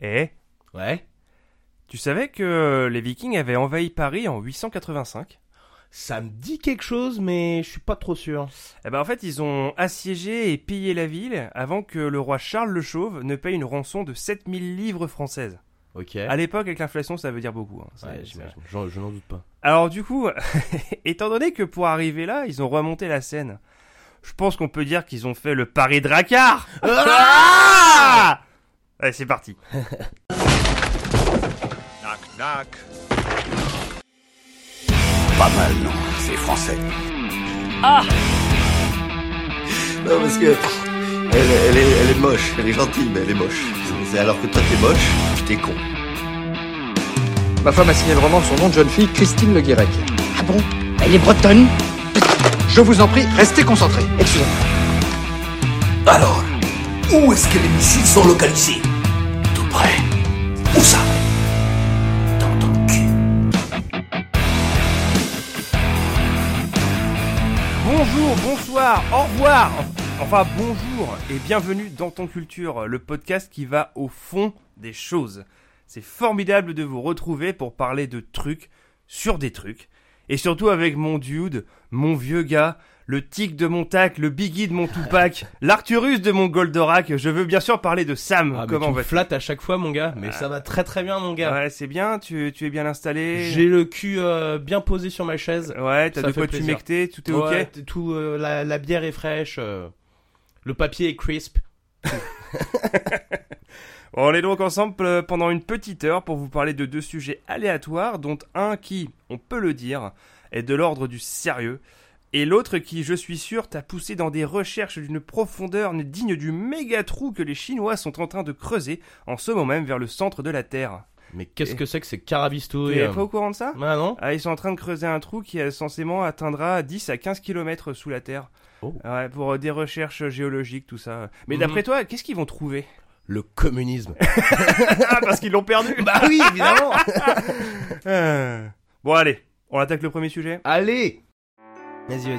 Eh, Ouais. tu savais que les Vikings avaient envahi Paris en 885 ? Ça me dit quelque chose, mais je suis pas trop sûr. Eh ben en fait, ils ont assiégé et pillé la ville avant que le roi Charles le Chauve ne paye une rançon de 7000 livres françaises. Ok. À l'époque, avec l'inflation, ça veut dire beaucoup. Hein. Ouais, j'imagine. Je n'en doute pas. Alors du coup, étant donné que pour arriver là, ils ont remonté la Seine, je pense qu'on peut dire qu'ils ont fait le pari Drakkar. Ah Allez, c'est parti. Knock knock. Pas mal, non, c'est français. Non, parce que elle est moche, elle est gentille, mais elle est moche. C'est alors que toi t'es moche, t'es con. Ma femme a signé le roman de son nom de jeune fille, Christine Le Guirec. Ah bon? Elle est bretonne? Je vous en prie, restez concentrés. Excusez-moi. Alors, où est-ce que les missiles sont localisés? Tout près. Où ça? Dans ton cul. Bonjour, bonsoir, au revoir. Enfin bonjour et bienvenue dans Ton Culture, le podcast qui va au fond des choses. C'est formidable de vous retrouver pour parler de trucs sur des trucs. Et surtout avec mon dude, mon vieux gars, le tic de mon tac, le Biggie de mon Tupac, l'Arthurus de mon Goldorak. Je veux bien sûr parler de Sam. Ah, mais Comment tu me vas-tu? flattes à chaque fois, mon gars. Mais ça va très très bien, mon gars. Ouais, c'est bien, tu es bien installé. J'ai le cul bien posé sur ma chaise. Ouais, t'as Ça de fait quoi plaisir. t'humecter, tout est Ouais, ok. tout, la bière est fraîche. Le papier est crisp. Bon, on est donc ensemble pendant une petite heure pour vous parler de deux sujets aléatoires, dont un qui, on peut le dire, est de l'ordre du sérieux, et l'autre qui, je suis sûr, t'a poussé dans des recherches d'une profondeur digne du méga trou que les Chinois sont en train de creuser en ce moment même vers le centre de la Terre. Mais qu'est-ce Et- que c'est que ces carabistouilles? Tu es pas au courant de ça? Ah non? Ah, ils sont en train de creuser un trou qui censément atteindra 10 à 15 km sous la Terre. Oh. Ouais, pour des recherches géologiques, tout ça. Mais Mhm. d'après toi, qu'est-ce qu'ils vont trouver? Le communisme. Ah, parce qu'ils l'ont perdu. Bah oui, évidemment. Bon, allez, on attaque le premier sujet. Allez. Vas-y.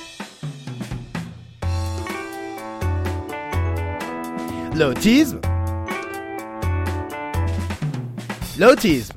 L'autisme. L'autisme.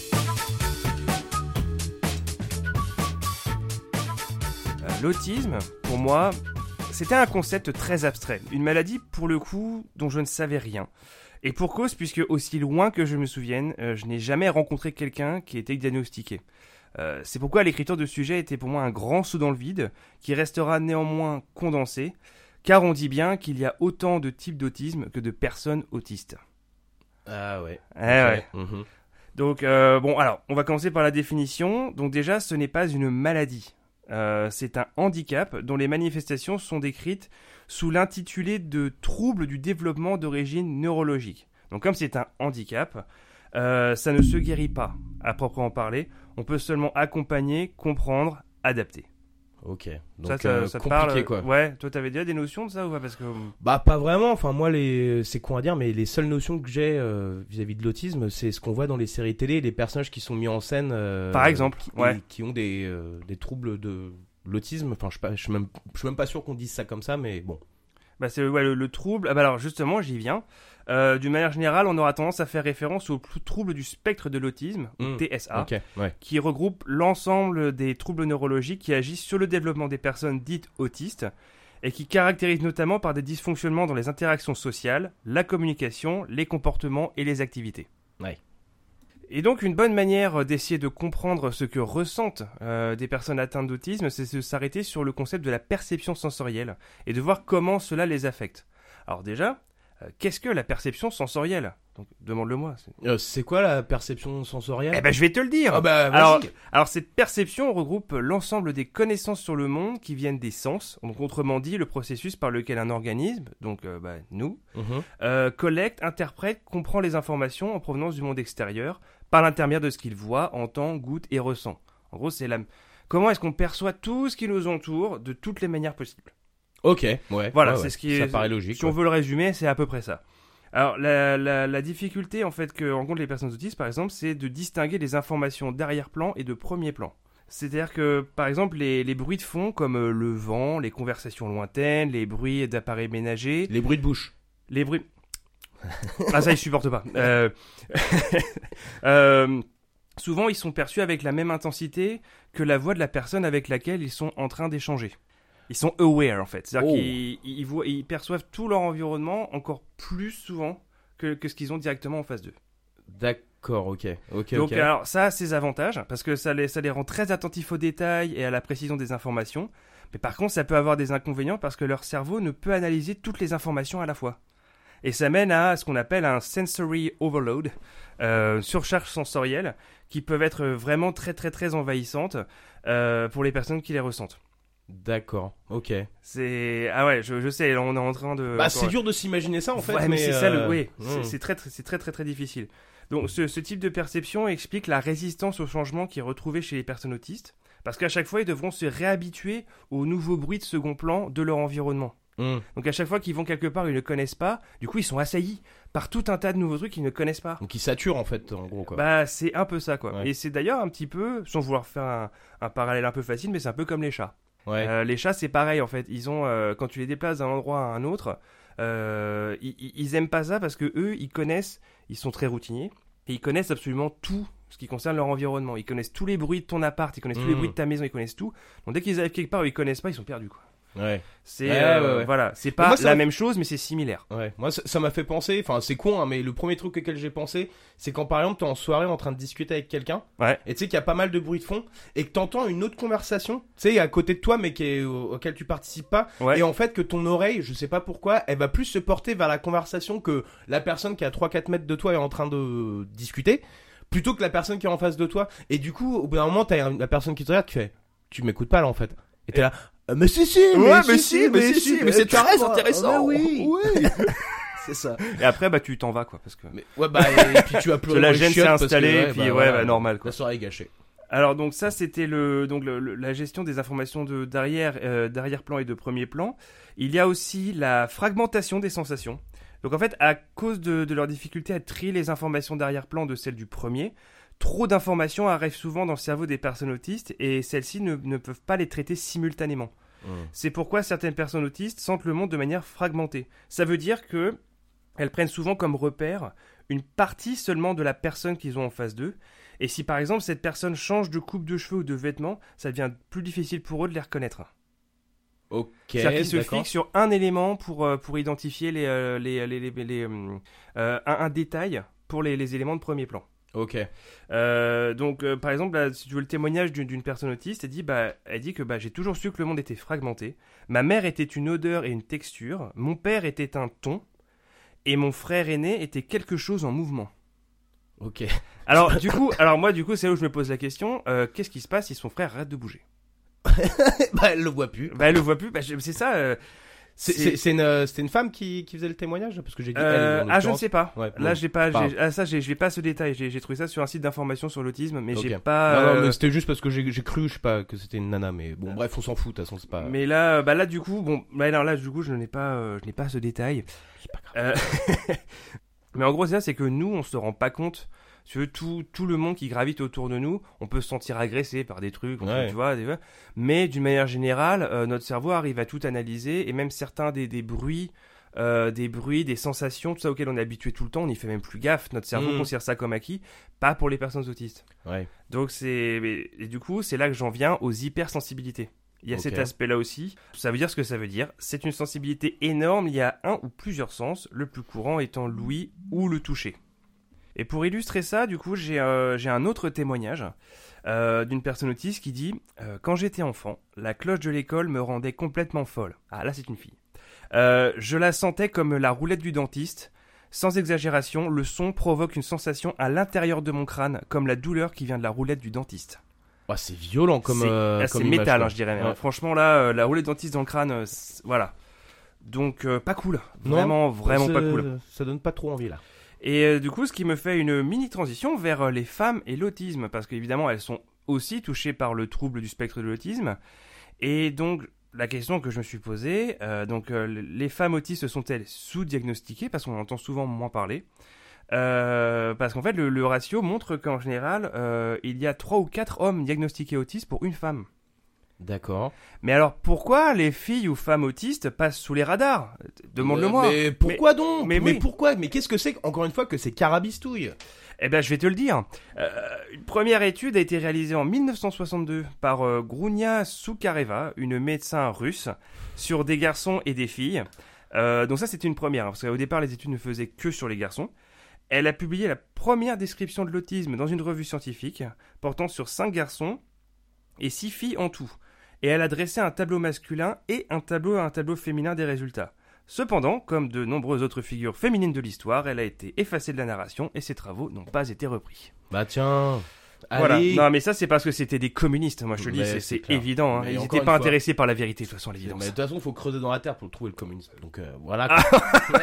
L'autisme, pour moi, c'était un concept très abstrait. Une maladie, pour le coup, dont je ne savais rien. Et pour cause, puisque aussi loin que je me souvienne, je n'ai jamais rencontré quelqu'un qui était diagnostiqué. C'est pourquoi l'écriture de ce sujet était pour moi un grand saut dans le vide, qui restera néanmoins condensé, car on dit bien qu'il y a autant de types d'autisme que de personnes autistes. Ah ouais. Eh ouais. Mhm. Donc, bon, alors, on va commencer par la définition. Donc déjà, ce n'est pas une maladie. C'est un handicap dont les manifestations sont décrites sous l'intitulé de troubles du développement d'origine neurologique. Donc comme c'est un handicap, ça ne se guérit pas à proprement parler. On peut seulement accompagner, comprendre, adapter. Ok. Donc ça te compliqué parle, quoi. Ouais, toi t'avais déjà des notions de ça ou pas? Parce que Bah pas vraiment, enfin moi c'est con à dire, mais les seules notions que j'ai vis-à-vis de l'autisme, c'est ce qu'on voit dans les séries télé, les personnages qui sont mis en scène Par exemple, ouais. qui ont des troubles de l'autisme, enfin je suis même pas sûr qu'on dise ça comme ça, mais bon. bah c'est le trouble. Ah bah alors justement, j'y viens. D'une manière générale, on aura tendance à faire référence au trouble du spectre de l'autisme, ou TSA. Ok, ouais. Qui regroupe l'ensemble des troubles neurologiques qui agissent sur le développement des personnes dites autistes et qui caractérisent notamment par des dysfonctionnements dans les interactions sociales, la communication, les comportements et les activités. Ouais. Et donc une bonne manière d'essayer de comprendre ce que ressentent des personnes atteintes d'autisme, c'est de s'arrêter sur le concept de la perception sensorielle et de voir comment cela les affecte. Alors déjà, qu'est-ce que la perception sensorielle? Donc demande-le-moi. C'est quoi la perception sensorielle? Eh ben je vais te le dire. Ah bah vas-y. Alors cette perception regroupe l'ensemble des connaissances sur le monde qui viennent des sens, donc autrement dit le processus par lequel un organisme, donc nous, collecte, interprète, comprend les informations en provenance du monde extérieur par l'intermédiaire de ce qu'il voit, entend, goûte et ressent. En gros, c'est comment est-ce qu'on perçoit tout ce qui nous entoure de toutes les manières possibles. Ok, ouais. Voilà, ouais, c'est ouais. ce qui est. Ça paraît logique. Si on veut le résumer, c'est à peu près ça. Alors, la difficulté, en fait, que rencontrent les personnes autistes, par exemple, c'est de distinguer les informations d'arrière-plan et de premier plan. C'est-à-dire que, par exemple, les bruits de fond, comme le vent, les conversations lointaines, les bruits d'appareils ménagers, Les bruits de bouche. les bruits... Ah ça ils supportent pas. Souvent ils sont perçus avec la même intensité que la voix de la personne avec laquelle ils sont en train d'échanger. Ils sont aware en fait, c'est-à-dire qu'ils perçoivent tout leur environnement encore plus souvent que ce qu'ils ont directement en face d'eux. D'accord, ok. Donc alors ça a ses avantages parce que ça les rend très attentifs aux détails et à la précision des informations. Mais par contre ça peut avoir des inconvénients parce que leur cerveau ne peut analyser toutes les informations à la fois. Et ça mène à ce qu'on appelle un sensory overload, surcharge sensorielle, qui peuvent être vraiment très très très envahissantes pour les personnes qui les ressentent. D'accord, ok. Ah ouais, je sais, on est en train de... Bah c'est dur de s'imaginer ça en fait. Ouais, mais c'est ça, oui, c'est très très très difficile. Donc ce type de perception explique la résistance au changement qui est retrouvée chez les personnes autistes, parce qu'à chaque fois ils devront se réhabituer aux nouveaux bruits de second plan de leur environnement. Donc à chaque fois qu'ils vont quelque part ils ne connaissent pas, du coup ils sont assaillis par tout un tas de nouveaux trucs qu'ils ne connaissent pas. Donc ils saturent en fait en gros quoi. Bah c'est un peu ça quoi. Ouais. Et c'est d'ailleurs un petit peu, sans vouloir faire un parallèle un peu facile, mais c'est un peu comme les chats. Ouais. Les chats c'est pareil en fait, ils ont quand tu les déplaces d'un endroit à un autre, ils aiment pas ça parce que eux ils connaissent, ils sont très routiniers et ils connaissent absolument tout ce qui concerne leur environnement. Ils connaissent tous les bruits de ton appart, ils connaissent tous les bruits de ta maison, ils connaissent tout. Donc dès qu'ils arrivent quelque part où ils connaissent pas, ils sont perdus quoi. Ouais. C'est ouais. voilà, c'est pas la même chose mais c'est similaire. Ouais. Moi ça m'a fait penser, enfin c'est con hein, mais le premier truc auquel j'ai pensé, c'est quand par exemple t'es en soirée en train de discuter avec quelqu'un, ouais. Et tu sais qu'il y a pas mal de bruit de fond et que t'entends une autre conversation, tu sais à côté de toi mais auquel tu participes pas, ouais. Et en fait que ton oreille, je sais pas pourquoi, elle va plus se porter vers la conversation que la personne qui est à 3-4 mètres de toi est en train de discuter, plutôt que la personne qui est en face de toi. Et du coup au bout d'un moment t'as la personne qui te regarde qui fait tu m'écoutes pas là en fait. Et t'es là mais si, mais c'est très intéressant. Oui. C'est ça. Et après bah tu t'en vas quoi parce que mais, ouais bah et puis tu vas pleurer. La gêne s'est installée et puis voilà, normal quoi. La soirée est gâchée. Alors donc ça c'était la gestion des informations d'arrière-plan et de premier plan. Il y a aussi la fragmentation des sensations. Donc en fait à cause de leur difficulté à trier les informations d'arrière-plan de celles du premier, trop d'informations arrivent souvent dans le cerveau des personnes autistes et celles-ci ne peuvent pas les traiter simultanément. C'est pourquoi certaines personnes autistes sentent le monde de manière fragmentée. Ça veut dire que elles prennent souvent comme repère une partie seulement de la personne qu'ils ont en face d'eux. Et si par exemple cette personne change de coupe de cheveux ou de vêtements, ça devient plus difficile pour eux de les reconnaître. Ok. C'est-à-dire qu'ils se fixent sur un élément pour identifier un détail pour les éléments de premier plan. Ok. Donc par exemple là, si tu veux le témoignage d'une personne autiste, elle dit que j'ai toujours su que le monde était fragmenté. Ma mère était une odeur et une texture, mon père était un ton et mon frère aîné était quelque chose en mouvement. Ok. Alors moi c'est là où je me pose la question, qu'est-ce qui se passe si son frère arrête de bouger? Elle le voit plus. Elle le voit plus, c'est ça. C'était une femme qui faisait le témoignage parce que j'ai dit je ne sais pas. Ouais, là bon, je n'ai pas ce détail. J'ai trouvé ça sur un site d'information sur l'autisme, mais okay. j'ai pas. Non, mais c'était juste parce que j'ai cru, je sais pas, que c'était une nana, mais bon, bref, on s'en fout. De toute façon, c'est pas. Mais là, du coup, je n'ai pas ce détail. C'est pas grave. Mais en gros, c'est que nous, on se rend pas compte. Tout le monde qui gravite autour de nous, on peut se sentir agressé par des trucs, tu vois, mais d'une manière générale, notre cerveau arrive à tout analyser et même certains des bruits, des sensations, tout ça auxquelles on est habitué tout le temps, on n'y fait même plus gaffe. Notre cerveau considère ça comme acquis, pas pour les personnes autistes. Ouais. Donc et du coup, c'est là que j'en viens aux hypersensibilités. Il y a cet aspect-là aussi. Ça veut dire ce que ça veut dire. C'est une sensibilité énorme liée à un ou plusieurs sens, le plus courant étant l'ouïe ou le toucher. Et pour illustrer ça, du coup, j'ai un autre témoignage d'une personne autiste qui dit « Quand j'étais enfant, la cloche de l'école me rendait complètement folle. » Ah, là, c'est une fille. Je la sentais comme la roulette du dentiste. Sans exagération, le son provoque une sensation à l'intérieur de mon crâne, comme la douleur qui vient de la roulette du dentiste. Oh, c'est violent comme c'est image, métal, je dirais. Ouais. Franchement, là, la roulette dentiste dans le crâne, voilà. Donc, pas cool. Vraiment pas cool. Ça donne pas trop envie, là. Et du coup, ce qui me fait une mini transition vers les femmes et l'autisme, parce qu'évidemment, elles sont aussi touchées par le trouble du spectre de l'autisme. Et donc, la question que je me suis posée, les femmes autistes sont-elles sous-diagnostiquées, parce qu'on en entend souvent moins parler, parce qu'en fait, le ratio montre qu'en général, il y a 3 ou 4 hommes diagnostiqués autistes pour une femme. D'accord. Mais alors, pourquoi les filles ou femmes autistes passent sous les radars ? Demande-le-moi. Mais pourquoi donc ? mais oui. Pourquoi ? Mais qu'est-ce que c'est, encore une fois, que c'est carabistouille ? Eh ben, je vais te le dire. Une première étude a été réalisée en 1962 par Grounia Soukareva, une médecin russe, sur des garçons et des filles. Donc ça, c'était une première, parce qu'au départ, les études ne faisaient que sur les garçons. Elle a publié la première description de l'autisme dans une revue scientifique, portant sur 5 garçons et 6 filles en tout. Et elle a dressé un tableau masculin et un tableau féminin des résultats. Cependant, comme de nombreuses autres figures féminines de l'histoire, elle a été effacée de la narration et ses travaux n'ont pas été repris. Bah tiens. Voilà. Allez. Non, mais ça, c'est parce que c'était des communistes. Moi, je te le dis, Mais c'est clair. évident. Hein. Mais Ils encore n'étaient une pas fois- intéressés par la vérité, de toute façon, à Mais l'évidence. de toute façon, il faut creuser dans la terre pour trouver le communisme. Donc voilà. Quoi.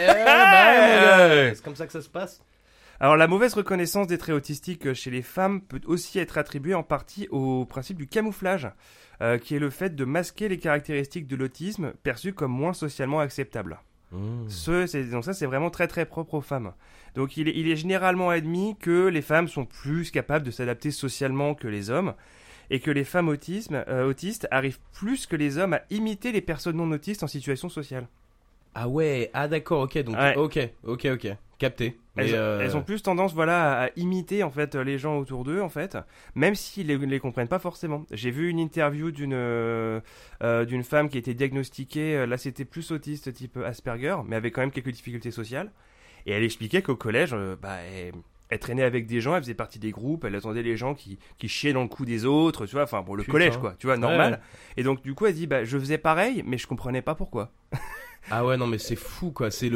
C'est comme ça que ça se passe. Alors, la mauvaise reconnaissance des traits autistiques chez les femmes peut aussi être attribuée en partie au principe du camouflage, qui est le fait de masquer les caractéristiques de l'autisme perçues comme moins socialement acceptables. Donc ça, c'est vraiment très très propre aux femmes. Donc il est généralement admis que les femmes sont plus capables de s'adapter socialement que les hommes, et que les femmes autistes arrivent plus que les hommes à imiter les personnes non autistes en situation sociale. Ah ouais, ah d'accord, ok, donc Ouais. ok, capté. Mais, Elles ont plus tendance, voilà, à imiter en fait les gens autour d'eux, en fait, même s'ils les comprennent pas forcément. J'ai vu une interview d'une femme qui était diagnostiquée, là c'était plus autiste type Asperger, mais avait quand même quelques difficultés sociales, et elle expliquait qu'au collège, elle traînait avec des gens, elle faisait partie des groupes, elle attendait les gens qui chiaient dans le cou des autres, tu vois, enfin bon, le Putain. collège quoi, tu vois, normal. Ouais. Et donc du coup elle dit, je faisais pareil, mais je comprenais pas pourquoi. Ah ouais, non mais c'est fou quoi, c'est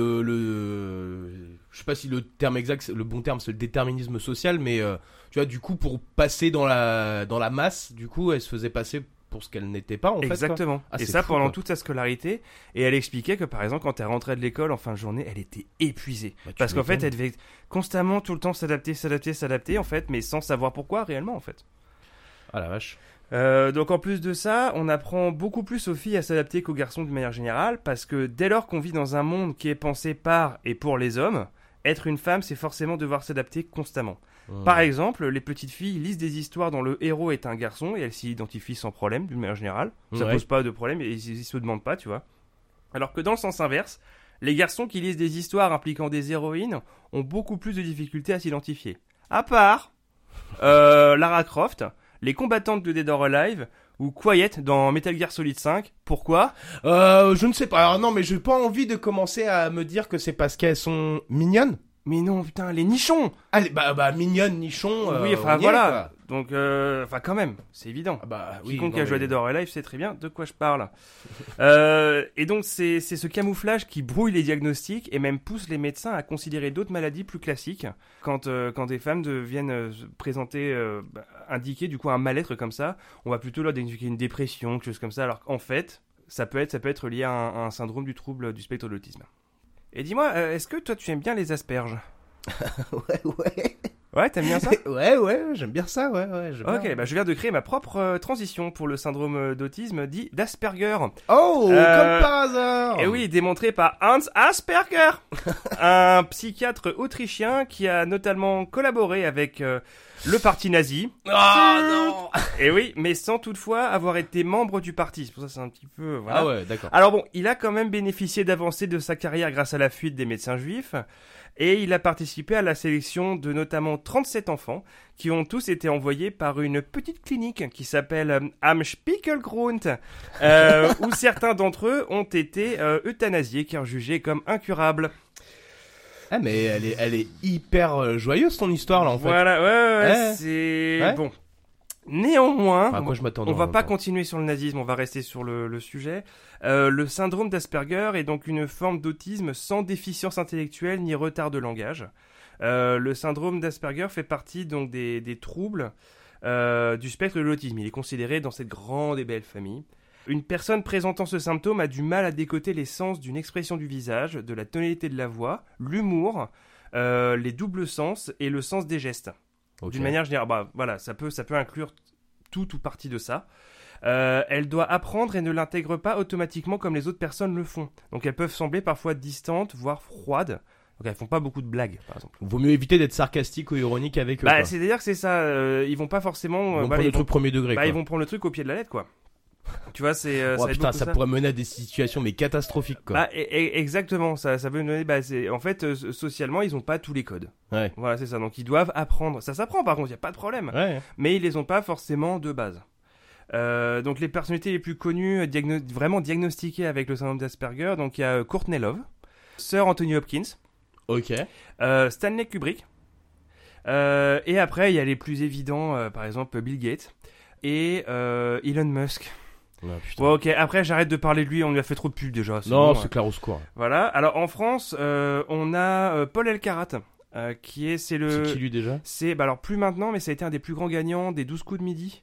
le je sais pas si le terme exact, le bon terme c'est le déterminisme social, mais tu vois, du coup pour passer dans la masse, du coup elle se faisait passer pour ce qu'elle n'était pas en fait. Exactement. Ah, et c'est ça fou, pendant quoi. toute sa scolarité. Et elle expliquait que par exemple, quand elle rentrait de l'école en fin de journée, elle était épuisée. Bah, tu Parce qu'en fait, m'étonnes. elle devait constamment, tout le temps s'adapter, en fait, mais sans savoir pourquoi réellement, en fait. Ah la vache. Donc en plus de ça, on apprend beaucoup plus aux filles à s'adapter qu'aux garçons de manière générale, parce que dès lors qu'on vit dans un monde qui est pensé par et pour les hommes, être une femme, c'est forcément devoir s'adapter constamment. Par exemple, les petites filles lisent des histoires dont le héros est un garçon et elles s'y identifient sans problème, d'une manière générale. Ça Ouais. pose pas de problème et ils se demandent pas, tu vois. Alors que dans le sens inverse, les garçons qui lisent des histoires impliquant des héroïnes ont beaucoup plus de difficultés à s'identifier. À part Lara Croft, les combattantes de Dead or Alive ou Quiet dans Metal Gear Solid 5. Pourquoi ? Je ne sais pas. Alors non, mais j'ai pas envie de commencer à me dire que c'est parce qu'elles sont mignonnes. Mais non, putain, les nichons. Allez, bah mignonnes, nichons. Oui, enfin on y est, voilà. quoi. Donc, enfin quand même, c'est évident. Ah bah oui. Quiconque non, a joué à mais- Dead or Alive sait très bien de quoi je parle. Et donc c'est ce camouflage qui brouille les diagnostics et même pousse les médecins à considérer d'autres maladies plus classiques quand des femmes viennent se présenter, indiquer du coup un mal-être comme ça. On va plutôt leur diagnostiquer une dépression, quelque chose comme ça. Alors qu'en fait, ça peut être lié à un syndrome du trouble du spectre de l'autisme. Et dis-moi, est-ce que toi tu aimes bien les asperges ? Ouais. Ouais, t'aimes bien ça ? Ouais, j'aime bien ça, ouais. j'aime Ok, bien. je viens de créer ma propre transition pour le syndrome d'autisme dit d'Asperger. Oh, comme par hasard. Et oui, démontré par Hans Asperger, un psychiatre autrichien qui a notamment collaboré avec le parti nazi. Ah non. Et oui, mais sans toutefois avoir été membre du parti. C'est pour ça que c'est un petit peu... Voilà. Ah ouais, d'accord. Alors bon, il a quand même bénéficié d'avancées de sa carrière grâce à la fuite des médecins juifs. Et il a participé à la sélection de notamment 37 enfants qui ont tous été envoyés par une petite clinique qui s'appelle Am Spiegelgrund, où certains d'entre eux ont été euthanasiés car jugés comme incurables. Ah mais elle est hyper joyeuse ton histoire là en fait. Voilà, ouais, Ouais. c'est... Ouais. Bon. Néanmoins, À quoi je m'attends on va pas continuer sur le nazisme, on va rester sur le sujet. Le syndrome d'Asperger est donc une forme d'autisme sans déficience intellectuelle ni retard de langage. Le syndrome d'Asperger fait partie donc des troubles du spectre de l'autisme. Il est considéré dans cette grande et belle famille. Une personne présentant ce symptôme a du mal à décoder les sens d'une expression du visage, de la tonalité de la voix, l'humour, les doubles sens et le sens des gestes. Ok. D'une manière générale, voilà, ça peut inclure tout ou partie de ça. Elle doit apprendre et ne l'intègre pas automatiquement comme les autres personnes le font. Donc elles peuvent sembler parfois distantes, voire froides. Donc elles font pas beaucoup de blagues, par exemple. Vaut mieux éviter d'être sarcastique ou ironique avec eux. quoi. C'est-à-dire que c'est ça. Ils vont pas forcément. Ils vont voilà, prendre le truc premier degré. ils quoi. vont prendre le truc au pied de la lettre, quoi. Tu vois, c'est Oh ça va être putain, beaucoup ça pourrait mener à des situations mais catastrophiques quoi. Bah, exactement, ça peut nous donner. Bah, en fait, socialement, ils ont pas tous les codes. Ouais. Voilà, c'est ça. Donc, ils doivent apprendre. Ça s'apprend, par contre, il y a pas de problème. Ouais. Mais ils les ont pas forcément de base. Donc, les personnalités les plus connues, vraiment diagnostiquées avec le syndrome d'Asperger, donc il y a Courtney Love, Sir Anthony Hopkins, Ok. Stanley Kubrick, et après, il y a les plus évidents, par exemple Bill Gates et Elon Musk. Oh, putain. Bon, ok, après j'arrête de parler de lui, on lui a fait trop de pub déjà. Non, bon, c'est clair au secours. Voilà, alors en France, on a Paul Elkarat, c'est C'est qui lui déjà? alors plus maintenant, mais ça a été un des plus grands gagnants des 12 coups de midi.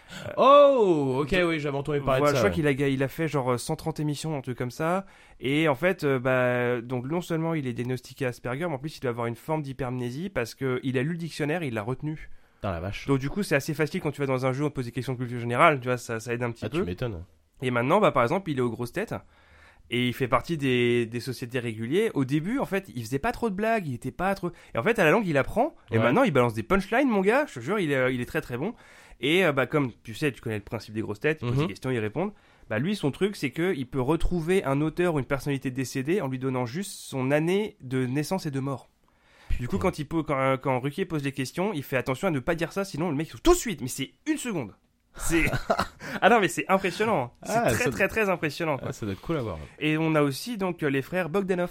Oh, ok, oui, j'avais entendu parler Voilà, de je ça. crois qu'il a fait genre 130 émissions, un truc comme ça. Et en fait, donc non seulement il est diagnostiqué Asperger, mais en plus il doit avoir une forme d'hypermnésie parce qu'il a lu le dictionnaire et il l'a retenu. Dans la vache. Donc du coup, c'est assez facile quand tu vas dans un jeu, on te pose des questions de culture générale, tu vois, ça aide un petit Ah, peu. tu m'étonnes. Et maintenant, bah, par exemple, il est aux grosses têtes. Et il fait partie des sociétés réguliers. Au début, en fait, il faisait pas trop de blagues, il était pas trop... Et en fait, à la longue, il apprend. Et Ouais. maintenant, il balance des punchlines, mon gars. Je te jure, il est très très bon. Et bah, comme tu sais, tu connais le principe des grosses têtes, il pose des questions, il répond. Bah, lui, son truc, c'est qu'il peut retrouver un auteur ou une personnalité décédée en lui donnant juste son année de naissance et de mort. Du coup, quand Ruquier pose des questions, il fait attention à ne pas dire ça, sinon le mec il tout de suite. Mais c'est une seconde. C'est ah non mais c'est impressionnant. C'est Ah, très impressionnant. Quoi. Ah, ça doit être cool à voir. Et on a aussi donc les frères Bogdanov.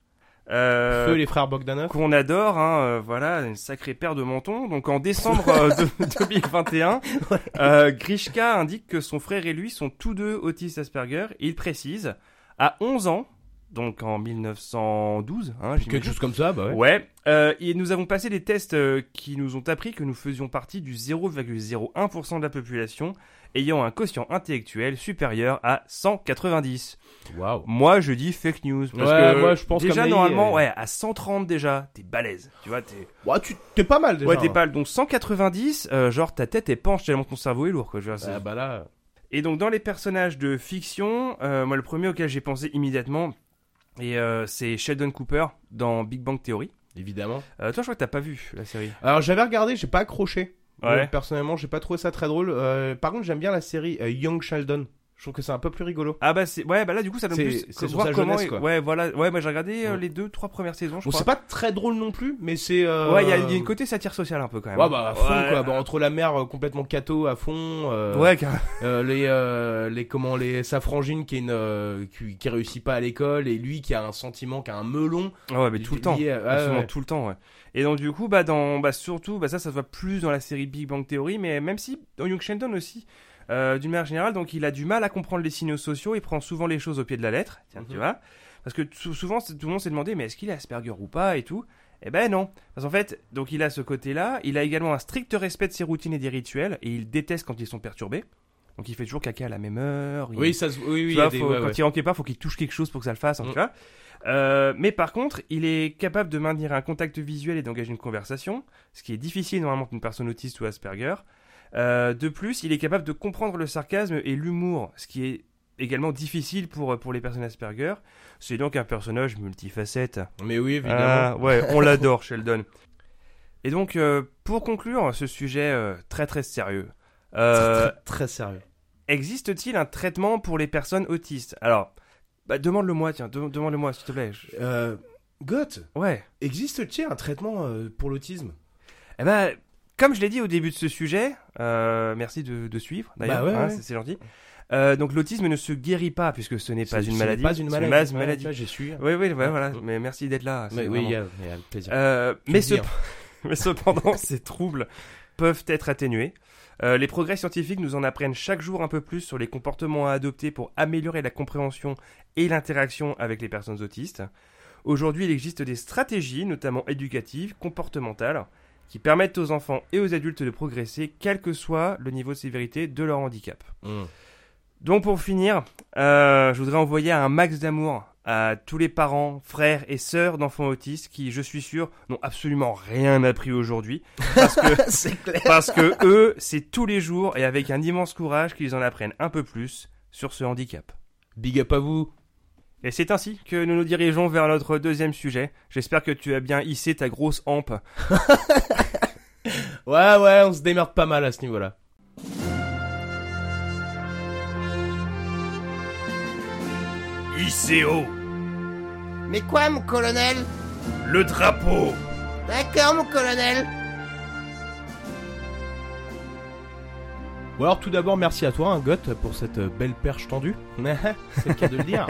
Feu les frères Bogdanov. Qu'on adore, hein, voilà, une sacrée paire de mentons. Donc en décembre 2021, Grishka indique que son frère et lui sont tous deux autistes Asperger. Et il précise, à 11 ans, donc en 1912, hein, Quelque chose comme ça, bah ouais. Ouais, et nous avons passé des tests qui nous ont appris que nous faisions partie du 0,01% de la population ayant un quotient intellectuel supérieur à 190. Waouh. Moi, je dis fake news. Parce Ouais, que moi, je pense déjà, comme normalement, Ney, ouais, à 130 déjà, t'es balèze. Tu vois, Ouais, t'es pas mal déjà. Ouais, t'es pas... Donc 190, genre ta tête est penche tellement ton cerveau est lourd, quoi. Je veux dire, Ah bah là. Et donc, dans les personnages de fiction, moi, le premier auquel j'ai pensé immédiatement, c'est Sheldon Cooper dans Big Bang Theory. Évidemment. Toi, je crois que t'as pas vu la série. Alors j'avais regardé, j'ai pas accroché. Ouais. Personnellement, j'ai pas trouvé ça très drôle. Par contre, j'aime bien la série Young Sheldon. Je trouve que c'est un peu plus rigolo. Ah bah c'est ouais bah là du coup ça donne C'est- plus c'est sur voir sa comment jeunesse, quoi. ouais voilà ouais moi j'ai regardé les 2-3 premières saisons je Bon, crois. c'est pas très drôle non plus, mais c'est. Ouais il y a une côté satire sociale un peu quand même. Ouais, bah à fond Ouais. quoi. Bah, entre la mère complètement cato à fond. Ouais carrément. Sa frangine qui est qui réussit pas à l'école et lui qui a un sentiment, qui a un melon. Ouais mais tout le temps. lié à- Absolument ouais. tout le temps ouais. Et donc du coup surtout ça se voit plus dans la série Big Bang Theory mais même si dans Young Sheldon aussi d'une manière générale donc il a du mal à comprendre les signaux sociaux, il prend souvent les choses au pied de la lettre, tiens tu vois. Parce que souvent tout le monde s'est demandé mais est-ce qu'il est Asperger ou pas et tout. Eh ben non, parce qu'en fait, donc il a ce côté-là, il a également un strict respect de ses routines et des rituels, et il déteste quand ils sont perturbés. Donc il fait toujours caca à la même heure. Oui, ça se. Oui, tu il y vois, a des. quand Ouais. il rentre quelque part, faut qu'il touche quelque chose pour que ça le fasse, hein, tu vois. Mais par contre, il est capable de maintenir un contact visuel et d'engager une conversation, ce qui est difficile normalement pour une personne autiste ou Asperger. De plus, il est capable de comprendre le sarcasme et l'humour, ce qui est également difficile pour les personnes Asperger. C'est donc un personnage multifacette. Mais oui, évidemment. Ah, ouais, on l'adore, Sheldon. Et donc, pour conclure ce sujet très très sérieux, Très sérieux. existe-t-il un traitement pour les personnes autistes? Alors, demande-le-moi, tiens, demande-le-moi, s'il te plaît. Goth, Ouais. existe-t-il un traitement pour l'autisme? Eh ben, comme je l'ai dit au début de ce sujet, merci de suivre, d'ailleurs, Bah ouais, hein, ouais. c'est gentil. Donc, l'autisme ne se guérit pas, puisque ce n'est pas une Ce maladie. n'est pas une c'est maladie. maladie. Ouais, j'ai su. Oui, ouais, voilà, Mm. mais merci d'être là. c'est Oui, vraiment- il y a avec plaisir. mais, Plaisir. mais cependant, ces troubles peuvent être atténués. Les progrès scientifiques nous en apprennent chaque jour un peu plus sur les comportements à adopter pour améliorer la compréhension et l'interaction avec les personnes autistes. Aujourd'hui, il existe des stratégies, notamment éducatives, comportementales, qui permettent aux enfants et aux adultes de progresser, quel que soit le niveau de sévérité de leur handicap. Donc pour finir, je voudrais envoyer un max d'amour à tous les parents, frères et sœurs d'enfants autistes qui, je suis sûr, n'ont absolument rien appris aujourd'hui. Parce que, C'est clair. parce que eux, c'est tous les jours et avec un immense courage qu'ils en apprennent un peu plus sur ce handicap. Big up à vous. Et c'est ainsi que nous nous dirigeons vers notre deuxième sujet. J'espère que tu as bien hissé ta grosse hampe. Ouais, on se démerde pas mal à ce niveau-là. Hissez haut Mais quoi, mon colonel? le drapeau. D'accord, mon colonel. Bon alors tout d'abord merci à toi hein, Goth pour cette belle perche tendue. C'est le cas de le dire.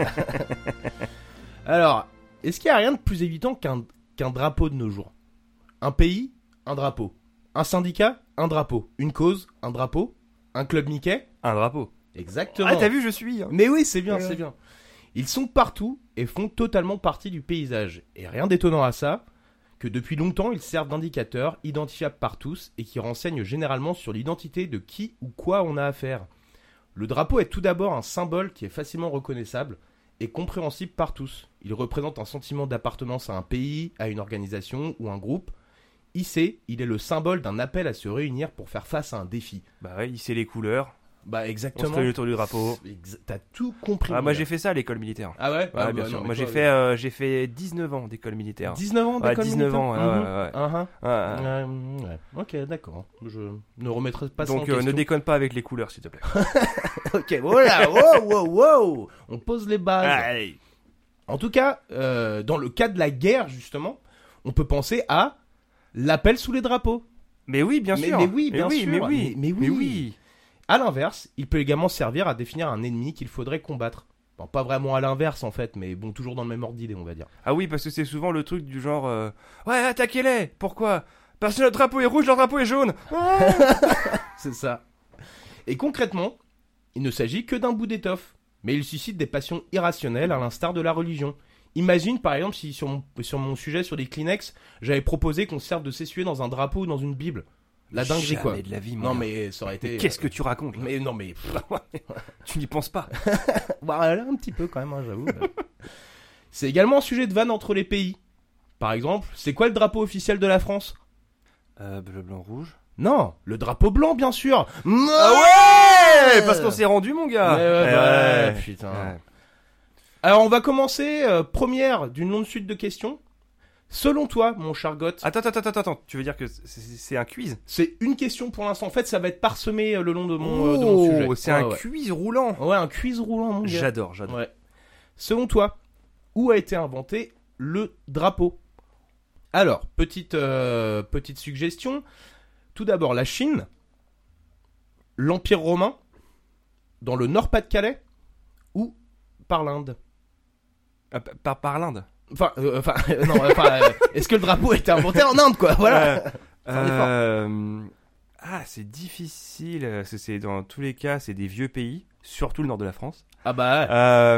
Alors, est-ce qu'il y a rien de plus évident qu'un drapeau de nos jours? Un pays, un drapeau. Un syndicat, un drapeau. Une cause, un drapeau. Un club Mickey. Un drapeau. Exactement. Ah, t'as vu, je suis. Mais oui, c'est bien, c'est bien. Ils sont partout et font totalement partie du paysage. Et rien d'étonnant à ça, que depuis longtemps ils servent d'indicateurs identifiables par tous et qui renseignent généralement sur l'identité de qui ou quoi on a affaire. Le drapeau est tout d'abord un symbole qui est facilement reconnaissable et compréhensible par tous. Il représente un sentiment d'appartenance à un pays, à une organisation ou un groupe. Ici, il est le symbole d'un appel à se réunir pour faire face à un défi. Bah ouais, hisser les couleurs. Bah On se exactement. réunit autour du drapeau. T'as tout compris. Ah, mon moi gars. j'ai fait ça à l'école militaire. Ah ouais, Ouais, bien sûr. non, mais Moi toi, j'ai fait 19 ans d'école militaire. 19 ans Ouais, d'école 19 militaire. ans, ouais, ouais, ouais. Uh-huh. Ouais. Ouais. Ok, d'accord. Je ne remettrai pas ça en Donc question. ne déconne pas avec les couleurs, s'il te plaît. Ok, voilà, wow. On pose les bases. Allez. En tout cas, dans le cas de la guerre, justement, on peut penser à l'appel sous les drapeaux. Mais oui, bien sûr. Mais oui, bien sûr. Mais oui. Mais oui. À l'inverse, il peut également servir à définir un ennemi qu'il faudrait combattre. Bon, pas vraiment à l'inverse, en fait, mais bon, toujours dans le même ordre d'idée, on va dire. Ah oui, parce que c'est souvent le truc du genre ouais, attaquez-les. Pourquoi? Parce que notre drapeau est rouge, leur drapeau est jaune. C'est ça. Et concrètement, il ne s'agit que d'un bout d'étoffe, mais il suscite des passions irrationnelles à l'instar de la religion. Imagine par exemple si sur mon sujet sur les Kleenex, j'avais proposé qu'on se serve de s'essuyer dans un drapeau ou dans une Bible. La dinguerie quoi. Jamais de la vie, mon Non gars. mais ça aurait été... Mais qu'est-ce que tu racontes là? Mais non mais... Tu n'y penses pas. Bah, là, un petit peu quand même, hein, j'avoue. C'est également un sujet de vanne entre les pays. Par exemple, c'est quoi le drapeau officiel de la France? Bleu, blanc, rouge. Non, le drapeau blanc bien sûr. Ah ouais, parce qu'on s'est rendu, mon gars. Ouais, putain. Ouais. Alors on va commencer, première d'une longue suite de questions. Selon toi, mon cher Goth, Attends. Tu veux dire que c'est un quiz? c'est une question pour l'instant. En fait, ça va être parsemé le long de mon sujet. C'est Ouais, un ouais. quiz roulant. Ouais, un quiz roulant, mon gars. J'adore. Ouais. Selon toi, où a été inventé le drapeau? Alors, petite suggestion. Tout d'abord, la Chine, l'Empire romain, dans le Nord-Pas-de-Calais, ou par l'Inde. Par l'Inde. Est-ce que le drapeau a été inventé en Inde, quoi? Voilà. C'est difficile. Parce que c'est dans tous les cas, c'est des vieux pays, surtout le nord de la France. Ah bah.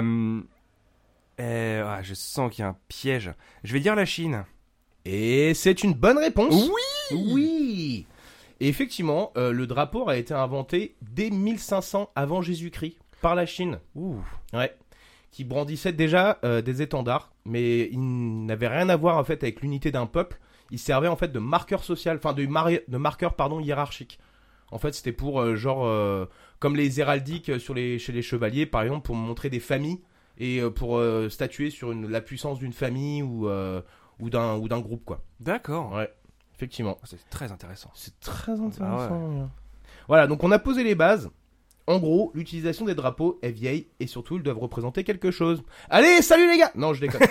Je sens qu'il y a un piège. Je vais dire la Chine. Et c'est une bonne réponse. Oui. Oui. Et effectivement, le drapeau a été inventé dès 1500 avant Jésus-Christ par la Chine. Ouh. Ouais. Qui brandissait déjà des étendards, mais il n'avait rien à voir en fait avec l'unité d'un peuple. Il servait en fait de marqueur social, enfin de marqueur hiérarchique. En fait, c'était pour comme les héraldiques chez les chevaliers par exemple, pour montrer des familles et pour statuer sur la puissance d'une famille ou d'un groupe quoi. D'accord. Ouais, effectivement. C'est très intéressant. C'est très intéressant. Ah ouais. Voilà, donc on a posé les bases. En gros, l'utilisation des drapeaux est vieille et surtout ils doivent représenter quelque chose. Allez, salut les gars! Non, je déconne.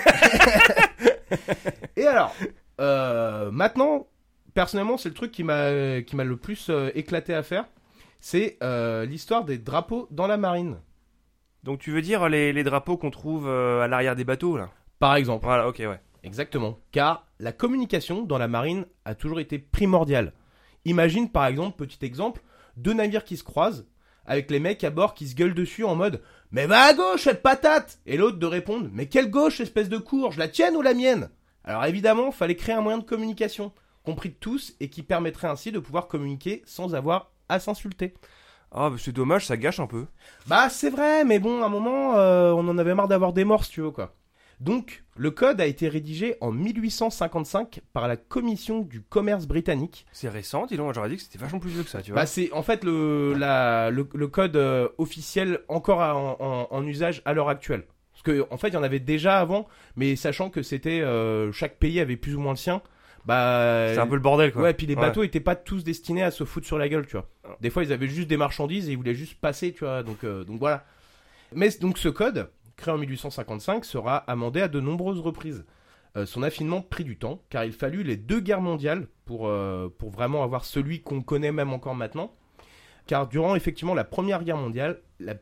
Et alors, maintenant, personnellement, c'est le truc qui m'a le plus éclaté à faire. C'est l'histoire des drapeaux dans la marine. Donc tu veux dire les drapeaux qu'on trouve à l'arrière des bateaux là? Par exemple. Voilà, ok, ouais. Exactement. Car la communication dans la marine a toujours été primordiale. Imagine par exemple, petit exemple, 2 navires qui se croisent, avec les mecs à bord qui se gueulent dessus en mode « Mais va à gauche, cette patate !» Et l'autre de répondre « Mais quelle gauche, espèce de courge, la tienne ou la mienne ?» Alors évidemment, fallait créer un moyen de communication, compris de tous, et qui permettrait ainsi de pouvoir communiquer sans avoir à s'insulter. Ah, c'est dommage, ça gâche un peu. Bah c'est vrai, mais bon, à un moment, on en avait marre d'avoir des morts, si tu veux, quoi. Donc, le code a été rédigé en 1855 par la Commission du commerce britannique. C'est récent, dis donc, j'aurais dit que c'était vachement plus vieux que ça, tu vois. Bah c'est en fait le code officiel encore en usage à l'heure actuelle. Parce que en fait, il y en avait déjà avant, mais sachant que c'était chaque pays avait plus ou moins le sien. Bah c'est un peu le bordel, quoi. Ouais, puis les bateaux étaient pas tous destinés à se foutre sur la gueule, tu vois. Des fois, ils avaient juste des marchandises et ils voulaient juste passer, tu vois. Donc voilà. Mais donc ce code créé en 1855, sera amendé à de nombreuses reprises. Son affinement prit du temps, car il fallut les 2 guerres mondiales pour vraiment avoir celui qu'on connaît même encore maintenant. Car durant effectivement la Première Guerre mondiale,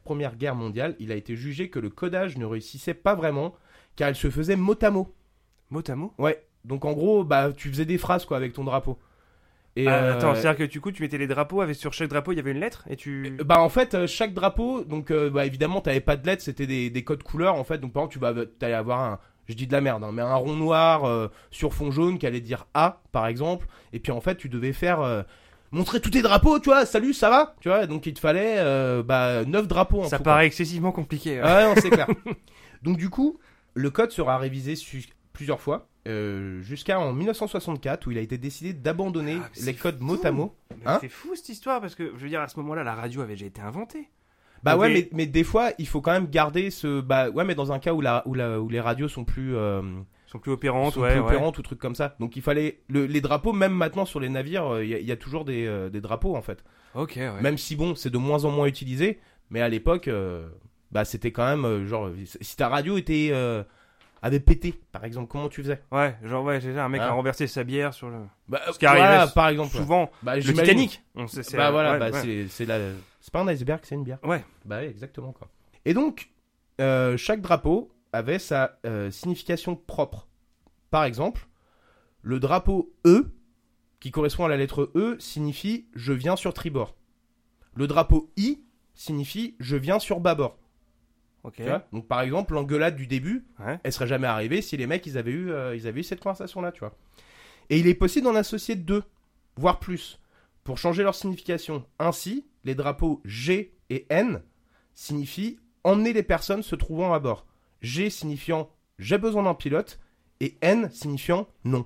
il a été jugé que le codage ne réussissait pas vraiment, car il se faisait mot à mot. Mot à mot. Ouais, donc en gros, tu faisais des phrases quoi avec ton drapeau. Et attends, c'est-à-dire que du coup, tu mettais les drapeaux, sur chaque drapeau, il y avait une lettre et tu... en fait, chaque drapeau, donc évidemment, t'avais pas de lettres, c'était des codes couleurs en fait. Donc par exemple, t'allais avoir je dis de la merde, hein, mais un rond noir sur fond jaune qui allait dire A par exemple. Et puis en fait, tu devais faire montrer tous tes drapeaux, tu vois. Salut, ça va, tu vois. Donc il te fallait 9 drapeaux. En ça tout, paraît excessivement compliqué. Ouais, non, c'est clair. Donc du coup, le code sera révisé plusieurs fois. Jusqu'à en 1964 où il a été décidé d'abandonner les codes mot à mot. Hein, c'est fou cette histoire parce que je veux dire à ce moment-là la radio avait déjà été inventée. Mais des fois il faut quand même garder mais dans un cas où les radios sont plus opérantes, ou trucs comme ça. Donc il fallait les drapeaux même maintenant sur les navires il y a toujours des drapeaux en fait. OK, ouais. Même si c'est de moins en moins utilisé, mais à l'époque c'était quand même si ta radio avait pété, par exemple, comment tu faisais? Ouais, c'est ça, un mec a renversé sa bière sur le... ce qui arrive par exemple, souvent, le Titanic. C'est pas un iceberg, c'est une bière. Ouais. Ouais, exactement, quoi. Et donc, chaque drapeau avait sa signification propre. Par exemple, le drapeau E, qui correspond à la lettre E, signifie « je viens sur tribord ». Le drapeau I signifie « je viens sur bâbord ». Okay. Donc par exemple l'engueulade du début, elle serait jamais arrivée si les mecs ils avaient eu cette conversation là, tu vois. Et il est possible d'en associer 2, voire plus, pour changer leur signification. Ainsi, les drapeaux G et N signifient emmener les personnes se trouvant à bord. G signifiant j'ai besoin d'un pilote et N signifiant non.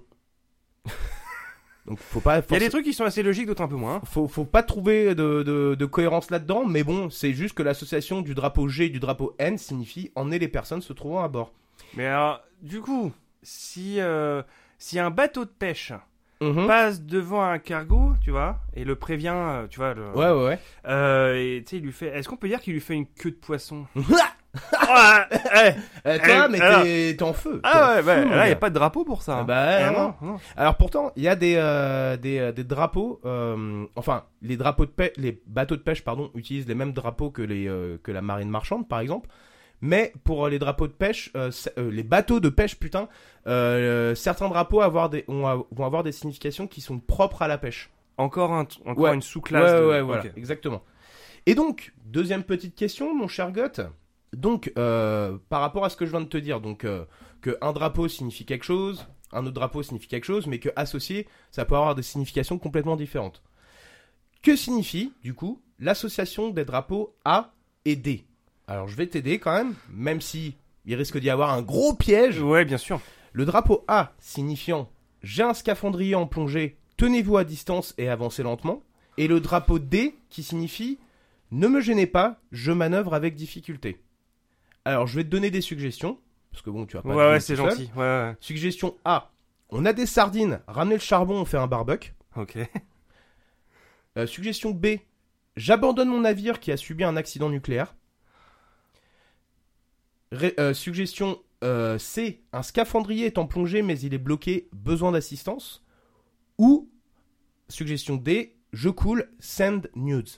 Donc faut pas. Il y a des trucs qui sont assez logiques, d'autres un peu moins. Faut pas trouver de cohérence là-dedans, mais bon, c'est juste que l'association du drapeau G et du drapeau N signifie emmener les personnes se trouvant à bord. Mais alors, du coup, si un bateau de pêche passe devant un cargo, tu vois, et le prévient, tu vois. Ouais. Et tu sais, il lui fait. Est-ce qu'on peut dire qu'il lui fait une queue de poisson? Toi, mais t'es en feu. Ah ouais, là, il n'y a pas de drapeau pour ça. Non. Alors pourtant, il y a des drapeaux, les bateaux de pêche, utilisent les mêmes drapeaux que la marine marchande, par exemple. Mais pour les drapeaux de pêche, les bateaux de pêche, certains drapeaux vont avoir des significations qui sont propres à la pêche. Encore une sous-classe. Ouais, voilà, exactement. Et donc, deuxième petite question, mon cher Goth. Donc, par rapport à ce que je viens de te dire, que un drapeau signifie quelque chose, un autre drapeau signifie quelque chose, mais que associé, ça peut avoir des significations complètement différentes. Que signifie, du coup, l'association des drapeaux A et D? Alors, je vais t'aider quand même si il risque d'y avoir un gros piège. Ouais, bien sûr. Le drapeau A signifiant « j'ai un scaphandrier en plongée, tenez-vous à distance et avancez lentement ». Et le drapeau D qui signifie « ne me gênez pas, je manœuvre avec difficulté ». Alors, je vais te donner des suggestions, parce que bon, tu vas pas... Ouais, c'est gentil. Ouais. Suggestion A, on a des sardines, ramenez le charbon, on fait un barbecue. Ok. Suggestion B, j'abandonne mon navire qui a subi un accident nucléaire. Suggestion C, un scaphandrier est en plongée mais il est bloqué, besoin d'assistance. Ou, suggestion D, je coule, send nudes.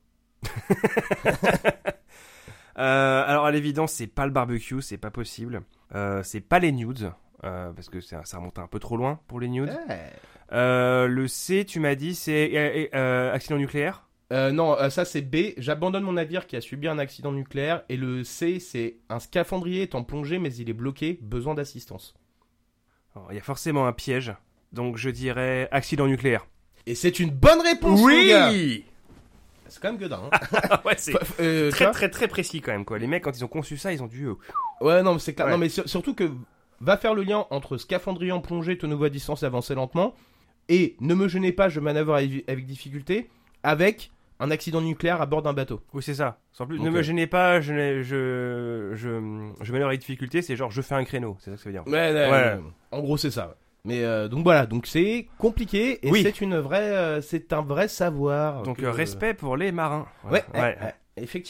Alors à l'évidence c'est pas le barbecue, c'est pas possible. C'est pas les nudes, parce que ça remonte un peu trop loin pour les nudes. Le C tu m'as dit c'est accident nucléaire. Non, ça c'est B, j'abandonne mon navire qui a subi un accident nucléaire. Et le C c'est un scaphandrier est en plongée mais il est bloqué, besoin d'assistance. Il y a forcément un piège, donc je dirais accident nucléaire. Et c'est une bonne réponse, oui mon gars. C'est quand même gueudin, hein. Ouais, c'est très très précis quand même, quoi. Les mecs, quand ils ont conçu ça, ils ont dû... Ouais, non, mais c'est clair. Ouais. Non, mais surtout que va faire le lien entre scaphandrier en plongée, tenez-vous à distance et avancez lentement, et ne me gênez pas, je manœuvre avec difficulté, avec un accident nucléaire à bord d'un bateau. Oui, c'est ça. Sans plus, Okay. ne me gênez pas, je manœuvre avec difficulté, c'est genre je fais un créneau, c'est ça que ça veut dire. Ouais. En gros, c'est ça. Mais donc voilà, donc c'est compliqué et oui. c'est un vrai savoir. Donc respect pour les marins. Ouais, effectivement.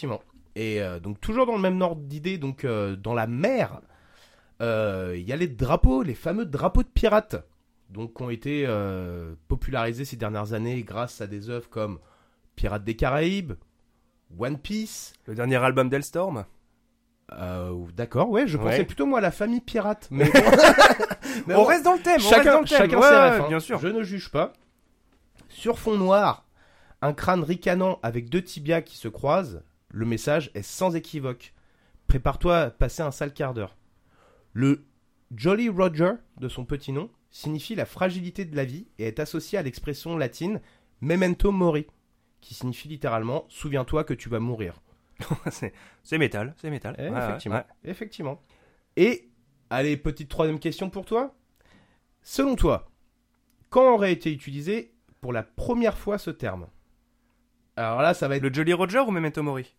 Et donc toujours dans le même ordre d'idée, donc dans la mer, il y a les drapeaux, les fameux drapeaux de pirates, donc qui ont été popularisés ces dernières années grâce à des œuvres comme Pirates des Caraïbes, One Piece. Le dernier album d'Hellstorm. D'accord, ouais, je pensais Ouais. plutôt moi à la famille pirate. Mais, mais On bon, reste dans le thème. chacun ses Ouais, rêves, hein. bien sûr. Je ne juge pas. Sur fond noir, un crâne ricanant avec 2 tibias qui se croisent. Le message est sans équivoque. Prépare-toi à passer un sale quart d'heure. Le Jolly Roger, de son petit nom, signifie la fragilité de la vie et est associé à l'expression latine Memento Mori, qui signifie littéralement « Souviens-toi que tu vas mourir ». c'est métal, c'est métal. Eh, Ouais, effectivement. ouais. Effectivement. Et, allez, petite troisième question pour toi. Selon toi, quand aurait été utilisé pour la première fois ce terme? Alors là, ça va être Le Jolly Roger ou Memento Mori?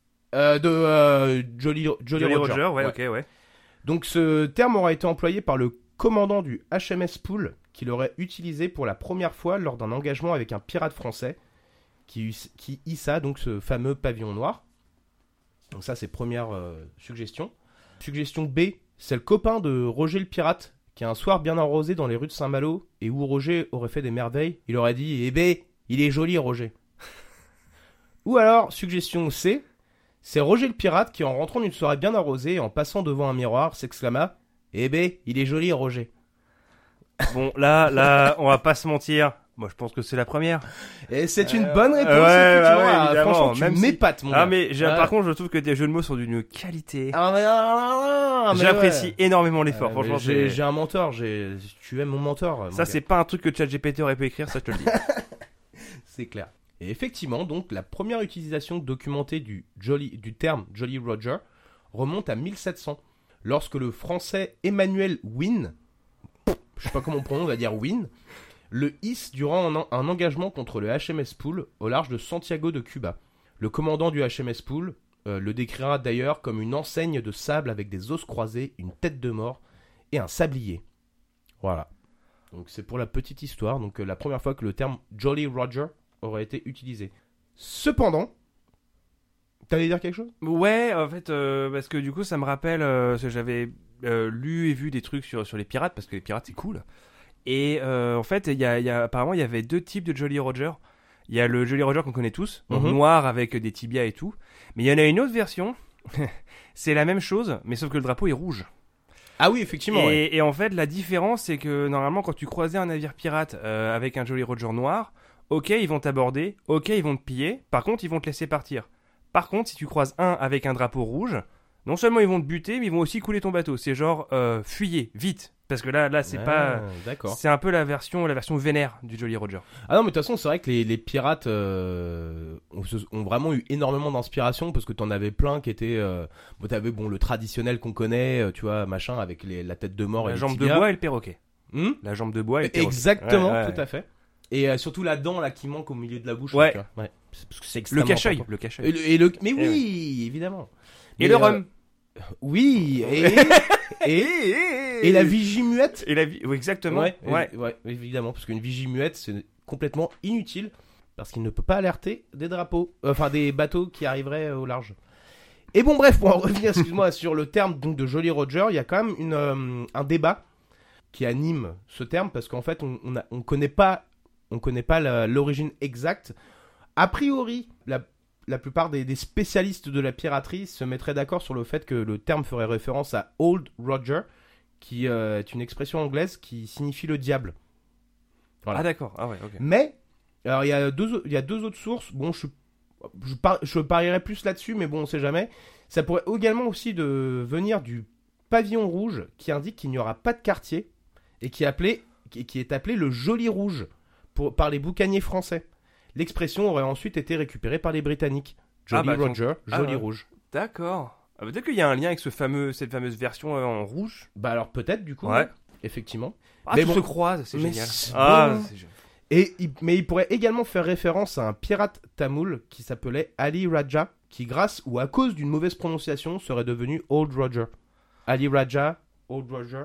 Jolly Roger. Ouais, ok, ouais. Donc ce terme aura été employé par le commandant du HMS Poole, qui l'aurait utilisé pour la première fois lors d'un engagement avec un pirate français qui hissa donc ce fameux pavillon noir. Donc ça, c'est première suggestion. Suggestion B, c'est le copain de Roger le pirate, qui a un soir bien arrosé dans les rues de Saint-Malo, et où Roger aurait fait des merveilles. Il aurait dit « Eh ben, il est joli, Roger !» Ou alors, suggestion C, c'est Roger le pirate qui, en rentrant d'une soirée bien arrosée et en passant devant un miroir, s'exclama « Eh ben, il est joli, Roger !» Bon, là, on va pas se mentir. Moi, je pense que c'est la première. Et c'est une bonne réponse, ouais, effectivement. bah ouais, Ah, évidemment. franchement, tu Même si- m'épates, mon Ah, gars. mais Ouais. par contre, je trouve que tes jeux de mots sont d'une qualité. Ah, mais J'apprécie ouais. énormément l'effort. Franchement, j'ai c'est... un mentor, tu aimes mon mentor. mon ça, gars. c'est pas un truc que ChatGPT aurait pu écrire, ça, je te le dis. C'est clair. Et effectivement, donc, la première utilisation documentée du terme Jolly Roger remonte à 1700, lorsque le français Emmanuel Wynne, je sais pas comment on prononce, on va dire Wynne, le hisse durant un engagement contre le HMS Poole au large de Santiago de Cuba. Le commandant du HMS Poole le décrira d'ailleurs comme une enseigne de sable avec des os croisés, une tête de mort et un sablier. Voilà. Donc c'est pour la petite histoire, donc la première fois que le terme Jolly Roger aurait été utilisé. Cependant, t'allais dire quelque chose ? Ouais, en fait, parce que du coup, ça me rappelle parce que j'avais lu et vu des trucs sur les pirates, parce que les pirates, c'est cool. Et en fait, apparemment, il y avait 2 types de Jolly Roger. Il y a le Jolly Roger qu'on connaît tous, donc noir avec des tibias et tout. Mais il y en a une autre version, c'est la même chose, mais sauf que le drapeau est rouge. Ah oui, effectivement. ouais. Et en fait, la différence, c'est que normalement, quand tu croisais un navire pirate avec un Jolly Roger noir, ok, ils vont t'aborder, ok, ils vont te piller, par contre, ils vont te laisser partir. Par contre, si tu croises un avec un drapeau rouge, non seulement ils vont te buter, mais ils vont aussi couler ton bateau. C'est genre, fuyez, vite. Parce que là c'est pas... D'accord. C'est un peu la version vénère du Jolly Roger. Ah non, mais de toute façon, c'est vrai que les pirates ont vraiment eu énormément d'inspiration parce que t'en avais plein qui étaient. T'avais le traditionnel qu'on connaît, tu vois, machin, avec la tête de mort et La les jambe de tibias. bois et le perroquet. Hmm La jambe de bois et le perroquet. Exactement, Ouais, ouais, tout à fait. Et surtout la dent là qui manque au milieu de la bouche. Ouais. tu vois. Ouais. Parce que c'est Le extrêmement cache-œil. important. Le cache-œil. Mais Eh oui, évidemment. Et Mais, le rhum. Oui, et la vigie muette. Et la vie. Oui, exactement. Ouais, évidemment, parce qu'une vigie muette, c'est complètement inutile, parce qu'il ne peut pas alerter des des bateaux qui arriveraient au large. Et bon, bref, pour en revenir, excuse-moi, sur le terme donc, de Jolly Roger, il y a quand même un débat qui anime ce terme, parce qu'en fait, on connaît pas l'origine exacte. A priori, la plupart des spécialistes de la piraterie se mettraient d'accord sur le fait que le terme ferait référence à Old Roger, qui est une expression anglaise qui signifie le diable. Voilà. Ah d'accord. Ah ouais, ok. Mais, alors il y a deux autres sources. Bon, je parierais plus là-dessus, mais bon, on sait jamais. Ça pourrait également aussi venir du pavillon rouge, qui indique qu'il n'y aura pas de quartier, et qui est appelé le Jolly Rouge par les boucaniers français. L'expression aurait ensuite été récupérée par les Britanniques. Jolly Roger, Jolly Rouge. D'accord. Ah, peut-être qu'il y a un lien avec cette fameuse version en rouge. Bah alors peut-être du coup, Ouais. effectivement. Ah, Mais tout bon. se croise, c'est Mais génial. c'est Ah, bon. c'est génial. Mais il pourrait également faire référence à un pirate tamoul qui s'appelait Ali Raja, qui grâce ou à cause d'une mauvaise prononciation serait devenu Old Roger. Ali Raja, Old Roger.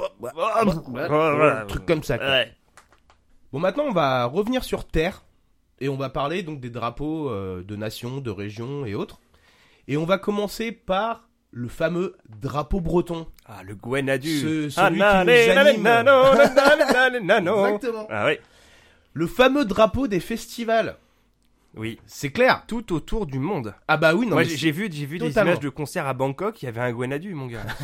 Un truc comme ça. Quoi. Ouais. Bon, maintenant on va revenir sur Terre Et on va parler donc des drapeaux de nations, de régions et autres. Et on va commencer par le fameux drapeau breton. Ah, le Gwenadu. Celui qui nous anime. Exactement. Ah oui. Le fameux drapeau des festivals. Oui. C'est clair. Tout autour du monde. Ah bah oui, non. Moi, mais j'ai vu des totalement. images de concerts à Bangkok, il y avait un Gwenadu, mon gars.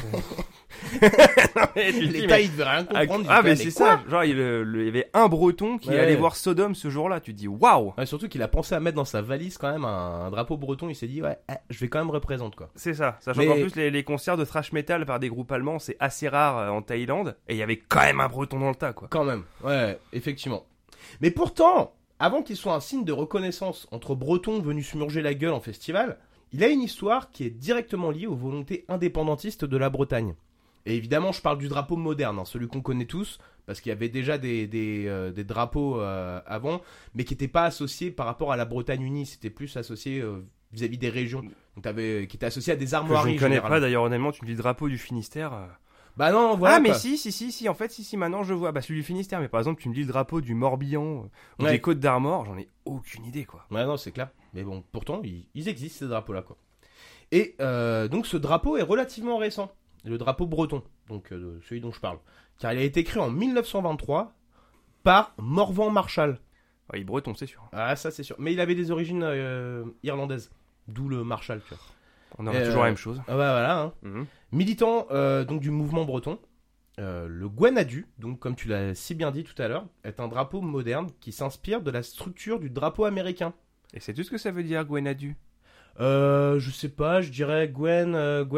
L'État, il devait rien comprendre. Ah, mais c'est ça. Genre, il y avait un breton qui Ouais. allait voir Sodome ce jour-là. Tu te dis, waouh! Ouais, surtout qu'il a pensé à mettre dans sa valise quand même un drapeau breton. Il s'est dit, ouais, je vais quand même représenter quoi. C'est ça. Sachant Mais- qu'en plus, les concerts de thrash metal par des groupes allemands, c'est assez rare en Thaïlande. Et il y avait quand même un breton dans le tas, quoi. Quand même, ouais, effectivement. Mais pourtant, avant qu'il soit un signe de reconnaissance entre Bretons venus se murger la gueule en festival, il a une histoire qui est directement liée aux volontés indépendantistes de la Bretagne. Et évidemment, je parle du drapeau moderne, hein, celui qu'on connaît tous, parce qu'il y avait déjà des drapeaux avant, mais qui n'étaient pas associés par rapport à la Bretagne unie, c'était plus associé vis-à-vis des régions, donc qui étaient associés à des Que je armoiries. ne connais généralement. pas d'ailleurs, honnêtement, tu me dis le drapeau du Finistère. Bah non, voilà. Ah, mais quoi. si, en fait, si, maintenant je vois. Bah, celui du Finistère, mais par exemple, tu me dis le drapeau du Morbihan ou Ouais. des Côtes d'Armor, j'en ai aucune idée, quoi. Ouais, non, c'est clair. Mais bon, pourtant, ils existent, ces drapeaux-là, quoi. Et donc, ce drapeau est relativement récent. Le drapeau breton, donc celui dont je parle. Car il a été créé en 1923 par Morvan Marshall. Ah, il est breton, c'est sûr. Ah, ça, c'est sûr. Mais il avait des origines irlandaises. D'où le Marshall, tu vois. On aurait toujours la même chose. Ah bah voilà, hein. Mhm. Militant donc du mouvement breton, le Gwenadu, donc comme tu l'as si bien dit tout à l'heure, est un drapeau moderne qui s'inspire de la structure du drapeau américain. Et c'est tout ce que ça veut dire, Gwenadu? Je sais pas, je dirais Gwen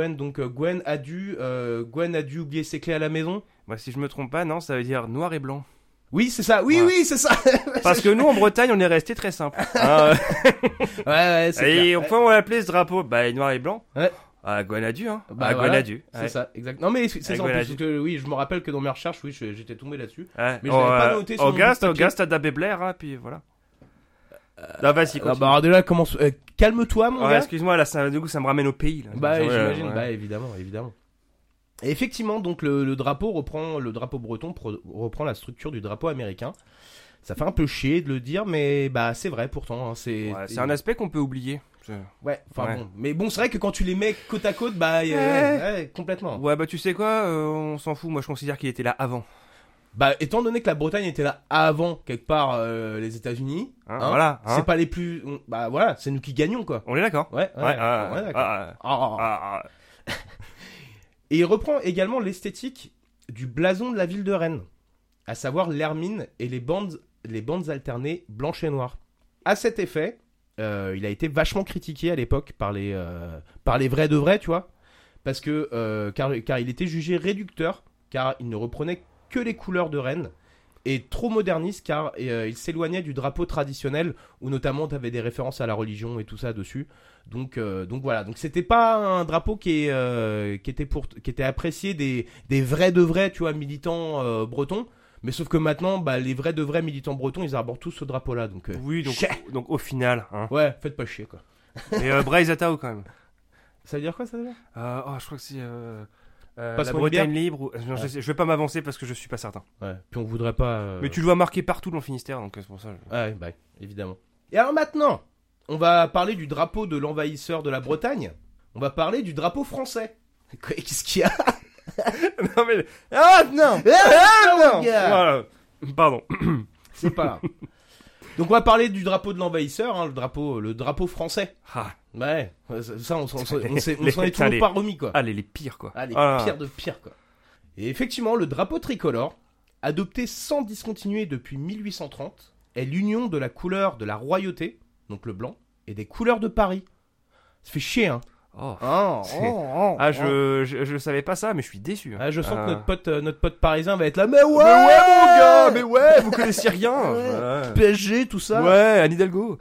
a dû oublier ses clés à la maison. Bah, si je me trompe pas, non, ça veut dire noir et blanc. Oui, c'est ça, oui, Ouais. oui, c'est ça. Parce que nous, en Bretagne, on est resté très simple. Hein, Ouais, c'est et clair. on peut on l'appelait ce drapeau? Bah, noir et blanc. Ouais. Ah, Gwenadu, hein. Bah, Ah, voilà, Gwenadu. C'est Ouais. ça, exact. Non, mais c'est ça, en plus, Gwenadu. parce que oui, je me rappelle que dans mes recherches, oui, j'étais tombé là-dessus. Ouais. Mais je l'avais pas noté sur mon Auguste, bout de papier. Auguste a dabé Blair, hein, puis voilà. Ah, vas-y, Ah, continue. bah, alors déjà, calme-toi, mon Ouais, gars. excuse-moi, là, du coup, ça me ramène au pays, là. Bah, Ouais, j'imagine, ouais. bah, évidemment. Et effectivement, donc, le drapeau breton reprend la structure du drapeau américain. Ça fait un peu chier de le dire, mais bah, c'est vrai pourtant, hein, Ouais, c'est un aspect qu'on peut oublier. Ouais, enfin Ouais. bon. Mais bon, c'est vrai que quand tu les mets côte à côte, bah, ouais, complètement. Ouais, bah, tu sais quoi, on s'en fout. Moi, je considère qu'il était là avant. Bah, étant donné que la Bretagne était là avant, quelque part, les États-Unis, Hein, voilà. Hein. c'est pas les plus. Bah, voilà, c'est nous qui gagnons, quoi. On est d'accord? Ouais, Ouais, d'accord. ah. Et il reprend également l'esthétique du blason de la ville de Rennes, à savoir l'hermine et les bandes alternées blanches et noires. À cet effet, il a été vachement critiqué à l'époque par les vrais de vrais, tu vois, parce que car il était jugé réducteur, car il ne reprenait que les couleurs de Rennes, et trop moderniste, car il s'éloignait du drapeau traditionnel, où notamment tu avais des références à la religion et tout ça dessus. Donc voilà, donc c'était pas un drapeau qui était apprécié des vrais de vrais, tu vois, militants bretons. Mais sauf que maintenant, bah, les vrais de vrais militants bretons, ils arborent tous ce drapeau-là. Donc, Oui, donc au final, hein. ouais, faites pas chier, quoi. Et Braise Atao, quand même. Ça veut dire quoi, ça veut dire Je crois que c'est la Passe-moi une Bretagne libre. Non, je vais pas m'avancer parce que je suis pas certain. Ouais, puis on voudrait pas... Mais tu le vois marqué partout dans le Finistère, donc c'est pour ça. Ouais, bah, évidemment. Et alors maintenant, on va parler du drapeau de l'envahisseur de la Bretagne. On va parler du drapeau français. Qu'est-ce qu'il y a? Non mais... Ah non Ah, non, gars. Voilà. Pardon. C'est pas grave. Donc on va parler du drapeau de l'envahisseur, hein, le drapeau français. Ah, Ouais, ça on s'en est Putain, toujours pas remis, quoi. les pires, quoi. Ah, les Ah. pires de pires, quoi. Et effectivement, le drapeau tricolore, adopté sans discontinuer depuis 1830, est l'union de la couleur de la royauté, donc le blanc, et des couleurs de Paris. Ça fait chier, hein. Oh. Oh, Je savais pas ça, mais je suis déçu. Ah, je sens Ah. que notre pote parisien va être là. Mais ouais, mon gars, mais ouais, vous connaissez rien. Ouais. Ouais. PSG, tout ça. Ouais, Anne Hidalgo.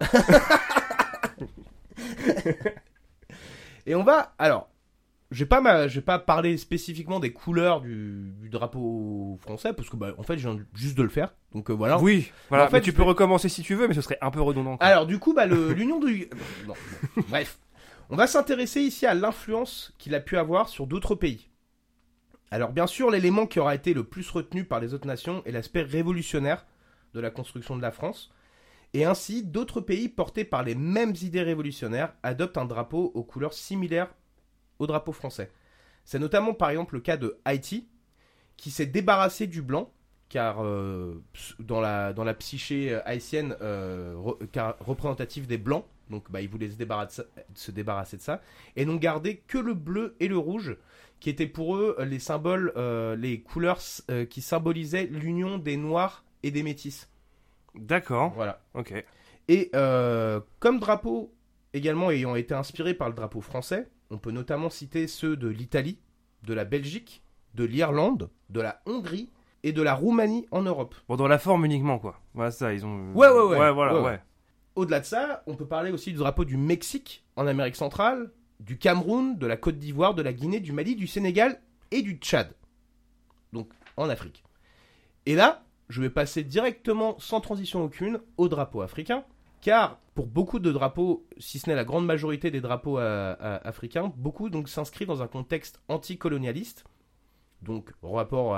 Et on va, alors, je vais pas parler spécifiquement des couleurs du drapeau français, parce que, bah, en fait, je viens juste de le faire. Donc, voilà. Oui, voilà. En fait, Mais tu peux recommencer si tu veux, mais ce serait un peu redondant, quoi. Alors, du coup, bah, l'union de... Non, bref. On va s'intéresser ici à l'influence qu'il a pu avoir sur d'autres pays. Alors, bien sûr, l'élément qui aura été le plus retenu par les autres nations est l'aspect révolutionnaire de la construction de la France. Et ainsi, d'autres pays portés par les mêmes idées révolutionnaires adoptent un drapeau aux couleurs similaires au drapeau français. C'est notamment par exemple le cas de Haïti, qui s'est débarrassé du blanc, car dans la psyché haïtienne, car représentative des blancs, donc ils voulaient se débarrasser de ça, et n'ont gardé que le bleu et le rouge, qui étaient pour eux les symboles, les couleurs qui symbolisaient l'union des noirs et des métis. D'accord. Voilà. Ok. Et comme drapeau également ayant été inspiré par le drapeau français, on peut notamment citer ceux de l'Italie, de la Belgique, de l'Irlande, de la Hongrie et de la Roumanie en Europe. Bon, dans la forme uniquement, quoi. Voilà, ça, ils ont... Ouais. Ouais. Au-delà de ça, on peut parler aussi du drapeau du Mexique en Amérique centrale, du Cameroun, de la Côte d'Ivoire, de la Guinée, du Mali, du Sénégal et du Tchad. Donc, en Afrique. Et là, je vais passer directement, sans transition aucune, au drapeau africain. Car, pour beaucoup de drapeaux, si ce n'est la grande majorité des drapeaux africains, beaucoup donc s'inscrivent dans un contexte anticolonialiste. Donc, rapport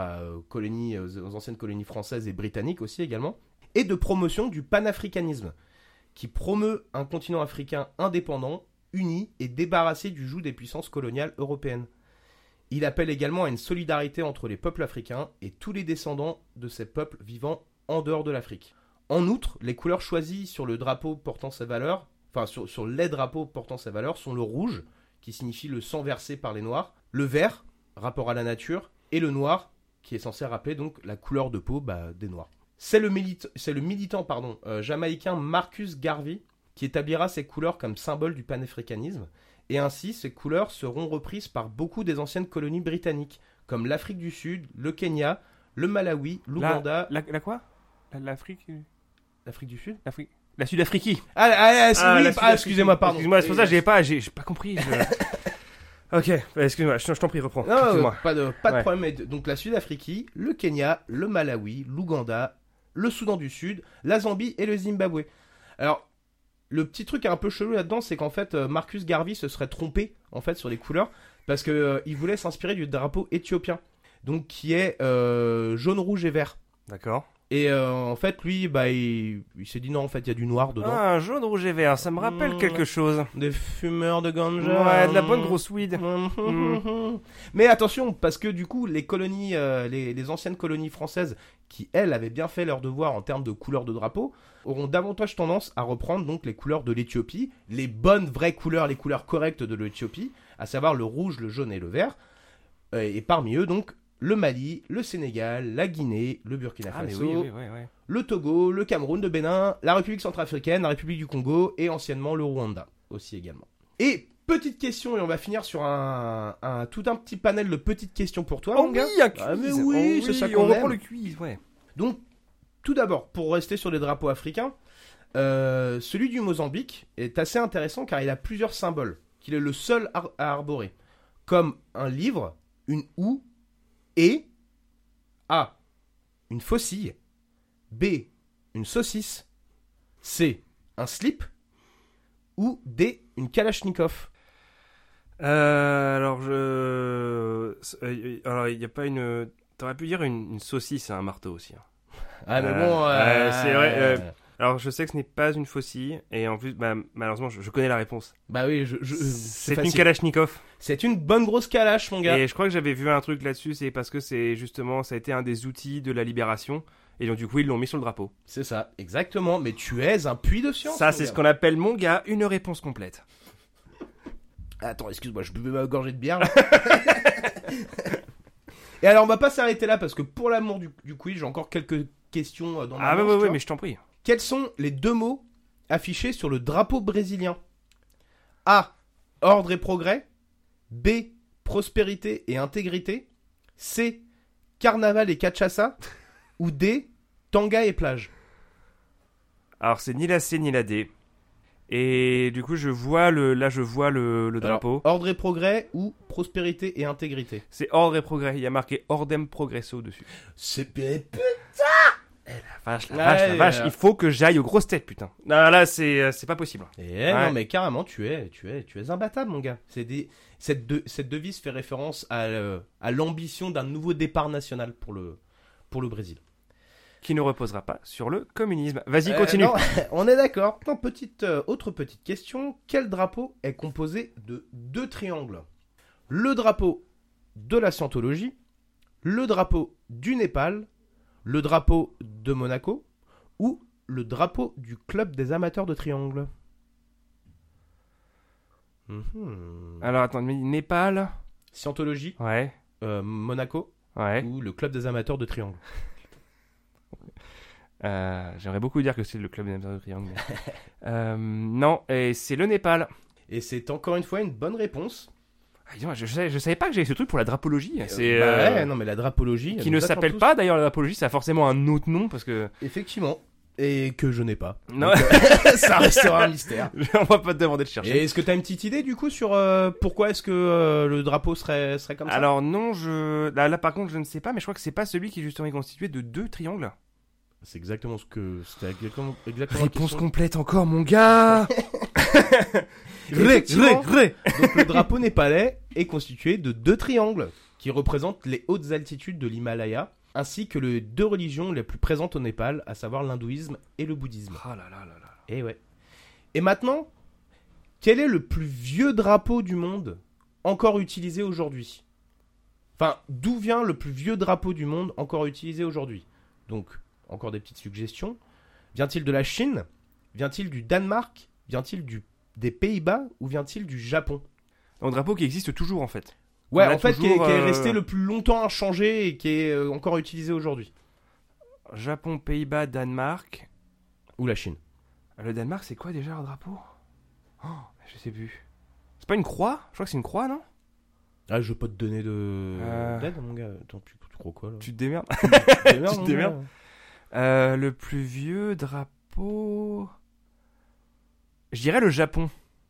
aux anciennes colonies françaises et britanniques aussi également. Et de promotion du panafricanisme, qui promeut un continent africain indépendant, uni et débarrassé du joug des puissances coloniales européennes. Il appelle également à une solidarité entre les peuples africains et tous les descendants de ces peuples vivant en dehors de l'Afrique. En outre, les couleurs choisies sur le drapeau portant ses valeurs, sur les drapeaux portant ses valeurs, sont le rouge, qui signifie le sang versé par les Noirs, le vert, rapport à la nature, et le noir, qui est censé rappeler donc la couleur de peau des Noirs. C'est le militant jamaïcain Marcus Garvey qui établira ces couleurs comme symbole du panafricanisme, et ainsi ces couleurs seront reprises par beaucoup des anciennes colonies britanniques, comme l'Afrique du Sud, le Kenya, le Malawi, l'Ouganda... La quoi ? L'Afrique du Sud ? La Sud-Afrique. Excusez-moi, pardon. Excuse-moi, c'est pour ça que j'ai pas compris. Ok, excuse-moi, je t'en prie, reprends. Non, pas de problème. Donc la Sud-Afrique, le Kenya, le Malawi, l'Ouganda, le Soudan du Sud, la Zambie et le Zimbabwe. Alors, le petit truc un peu chelou là-dedans, c'est qu'en fait, Marcus Garvey se serait trompé en fait sur les couleurs parce que il voulait s'inspirer du drapeau éthiopien, donc qui est jaune, rouge et vert. D'accord. Et en fait, lui, il s'est dit non, en fait, il y a du noir dedans. Ah, jaune, rouge et vert, ça me rappelle quelque chose. Des fumeurs de ganja. Ouais, de la bonne grosse weed. Mais attention, parce que du coup, les colonies, les anciennes colonies françaises, qui elles avaient bien fait leur devoir en termes de couleurs de drapeau, auront davantage tendance à reprendre donc les couleurs de l'Éthiopie, les bonnes vraies couleurs, les couleurs correctes de l'Éthiopie, à savoir le rouge, le jaune et le vert. Et parmi eux donc le Mali, le Sénégal, la Guinée, le Burkina Faso, le Togo, le Cameroun, le Bénin, la République centrafricaine, la République du Congo et anciennement le Rwanda aussi également. Et petite question, et on va finir sur tout un petit panel de petites questions pour toi, mon gars. Un quiz. Ah, mais oui, c'est ça qu'on on reprend aime. le quiz, ouais. Donc, tout d'abord, pour rester sur les drapeaux africains, celui du Mozambique est assez intéressant car il a plusieurs symboles qu'il est le seul à arborer, comme un livre, une houe, et A. Une faucille, B. Une saucisse, C. Un slip, ou D. Une kalachnikov. Alors, il n'y a pas une... T'aurais pu dire une saucisse à un marteau aussi. Ah, mais bon... c'est vrai... Alors, je sais que ce n'est pas une faucille, et en plus, malheureusement, je connais la réponse. Bah oui, c'est une kalachnikov. C'est une bonne grosse calache, mon gars. Et je crois que j'avais vu un truc là-dessus, c'est parce que c'est justement, ça a été un des outils de la libération, et donc du coup, ils l'ont mis sur le drapeau. C'est ça, exactement, mais tu es un puits de science. Ça, c'est ce qu'on appelle, mon gars, une réponse complète. Attends, excuse-moi, je buvais ma gorgée de bière, là. Et alors, on va pas s'arrêter là, parce que pour l'amour du quiz, j'ai encore quelques questions dans ma manche, oui, mais je t'en prie. Quels sont les deux mots affichés sur le drapeau brésilien ? A. Ordre et progrès. B. Prospérité et intégrité. C. Carnaval et cachaça. Ou D. Tanga et plage. Alors, c'est ni la C ni la D. Et du coup, je vois le drapeau. Alors, ordre et progrès ou prospérité et intégrité. C'est ordre et progrès. Il y a marqué Ordem Progresso dessus. C'est La vache, il faut que j'aille aux grosses têtes, putain. Non, là, c'est pas possible. Non, mais carrément, tu es imbattable, mon gars. Cette devise fait référence à l'ambition d'un nouveau départ national pour le Brésil. qui ne reposera pas sur le communisme. Vas-y, continue. Non, on est d'accord. Non, autre petite question. Quel drapeau est composé de 2 triangles? Le drapeau de la Scientologie, le drapeau du Népal, le drapeau de Monaco ou le drapeau du club des amateurs de triangles? Alors, attends, Népal. Scientologie, Ouais. Monaco Ouais. ou le club des amateurs de triangles? J'aimerais beaucoup dire que c'est le club des amateurs de triangle. Mais... non, et c'est le Népal. Et c'est encore une fois une bonne réponse. Ah, dis-moi, je savais pas que j'avais ce truc pour la drapologie. C'est Ouais, non mais la drapologie... qui nous ne attend s'appelle tous. pas d'ailleurs la drapologie, ça a forcément un autre nom parce que Effectivement. Et que je n'ai pas. non, Donc, ça restera un mystère. on va pas te demander de chercher. Et est-ce que t'as une petite idée du coup sur pourquoi est-ce que le drapeau serait comme ça? Alors non, là par contre je ne sais pas, mais je crois que c'est pas celui qui est justement constitué de 2 triangles. C'est exactement ce que c'était exactement la Réponse question. complète encore mon gars. Effectivement. Donc le drapeau népalais est constitué de 2 triangles qui représentent les hautes altitudes de l'Himalaya, ainsi que les 2 religions les plus présentes au Népal, à savoir l'hindouisme et le bouddhisme. Oh là là là là. Et ouais. Et maintenant, quel est le plus vieux drapeau du monde encore utilisé aujourd'hui? Enfin, d'où vient le plus vieux drapeau du monde encore utilisé aujourd'hui? Donc, encore des petites suggestions. Vient-il de la Chine? Vient-il du Danemark? Vient-il des Pays-Bas? Ou vient-il du Japon? Un drapeau qui existe toujours en fait. Ouais, On a en fait, toujours, qui est resté le plus longtemps inchangé et qui est encore utilisé aujourd'hui. Japon, Pays-Bas, Danemark. Ou la Chine. Le Danemark, c'est quoi déjà leur drapeau? Oh, je sais plus. C'est pas une croix? Je crois que c'est une croix, non? Ah, je veux pas te donner d'aide, mon gars. Attends, tu crois quoi, là? Tu te démerdes. Tu te démerdes, te mon démerdes. gars. Le plus vieux drapeau... Je dirais le Japon.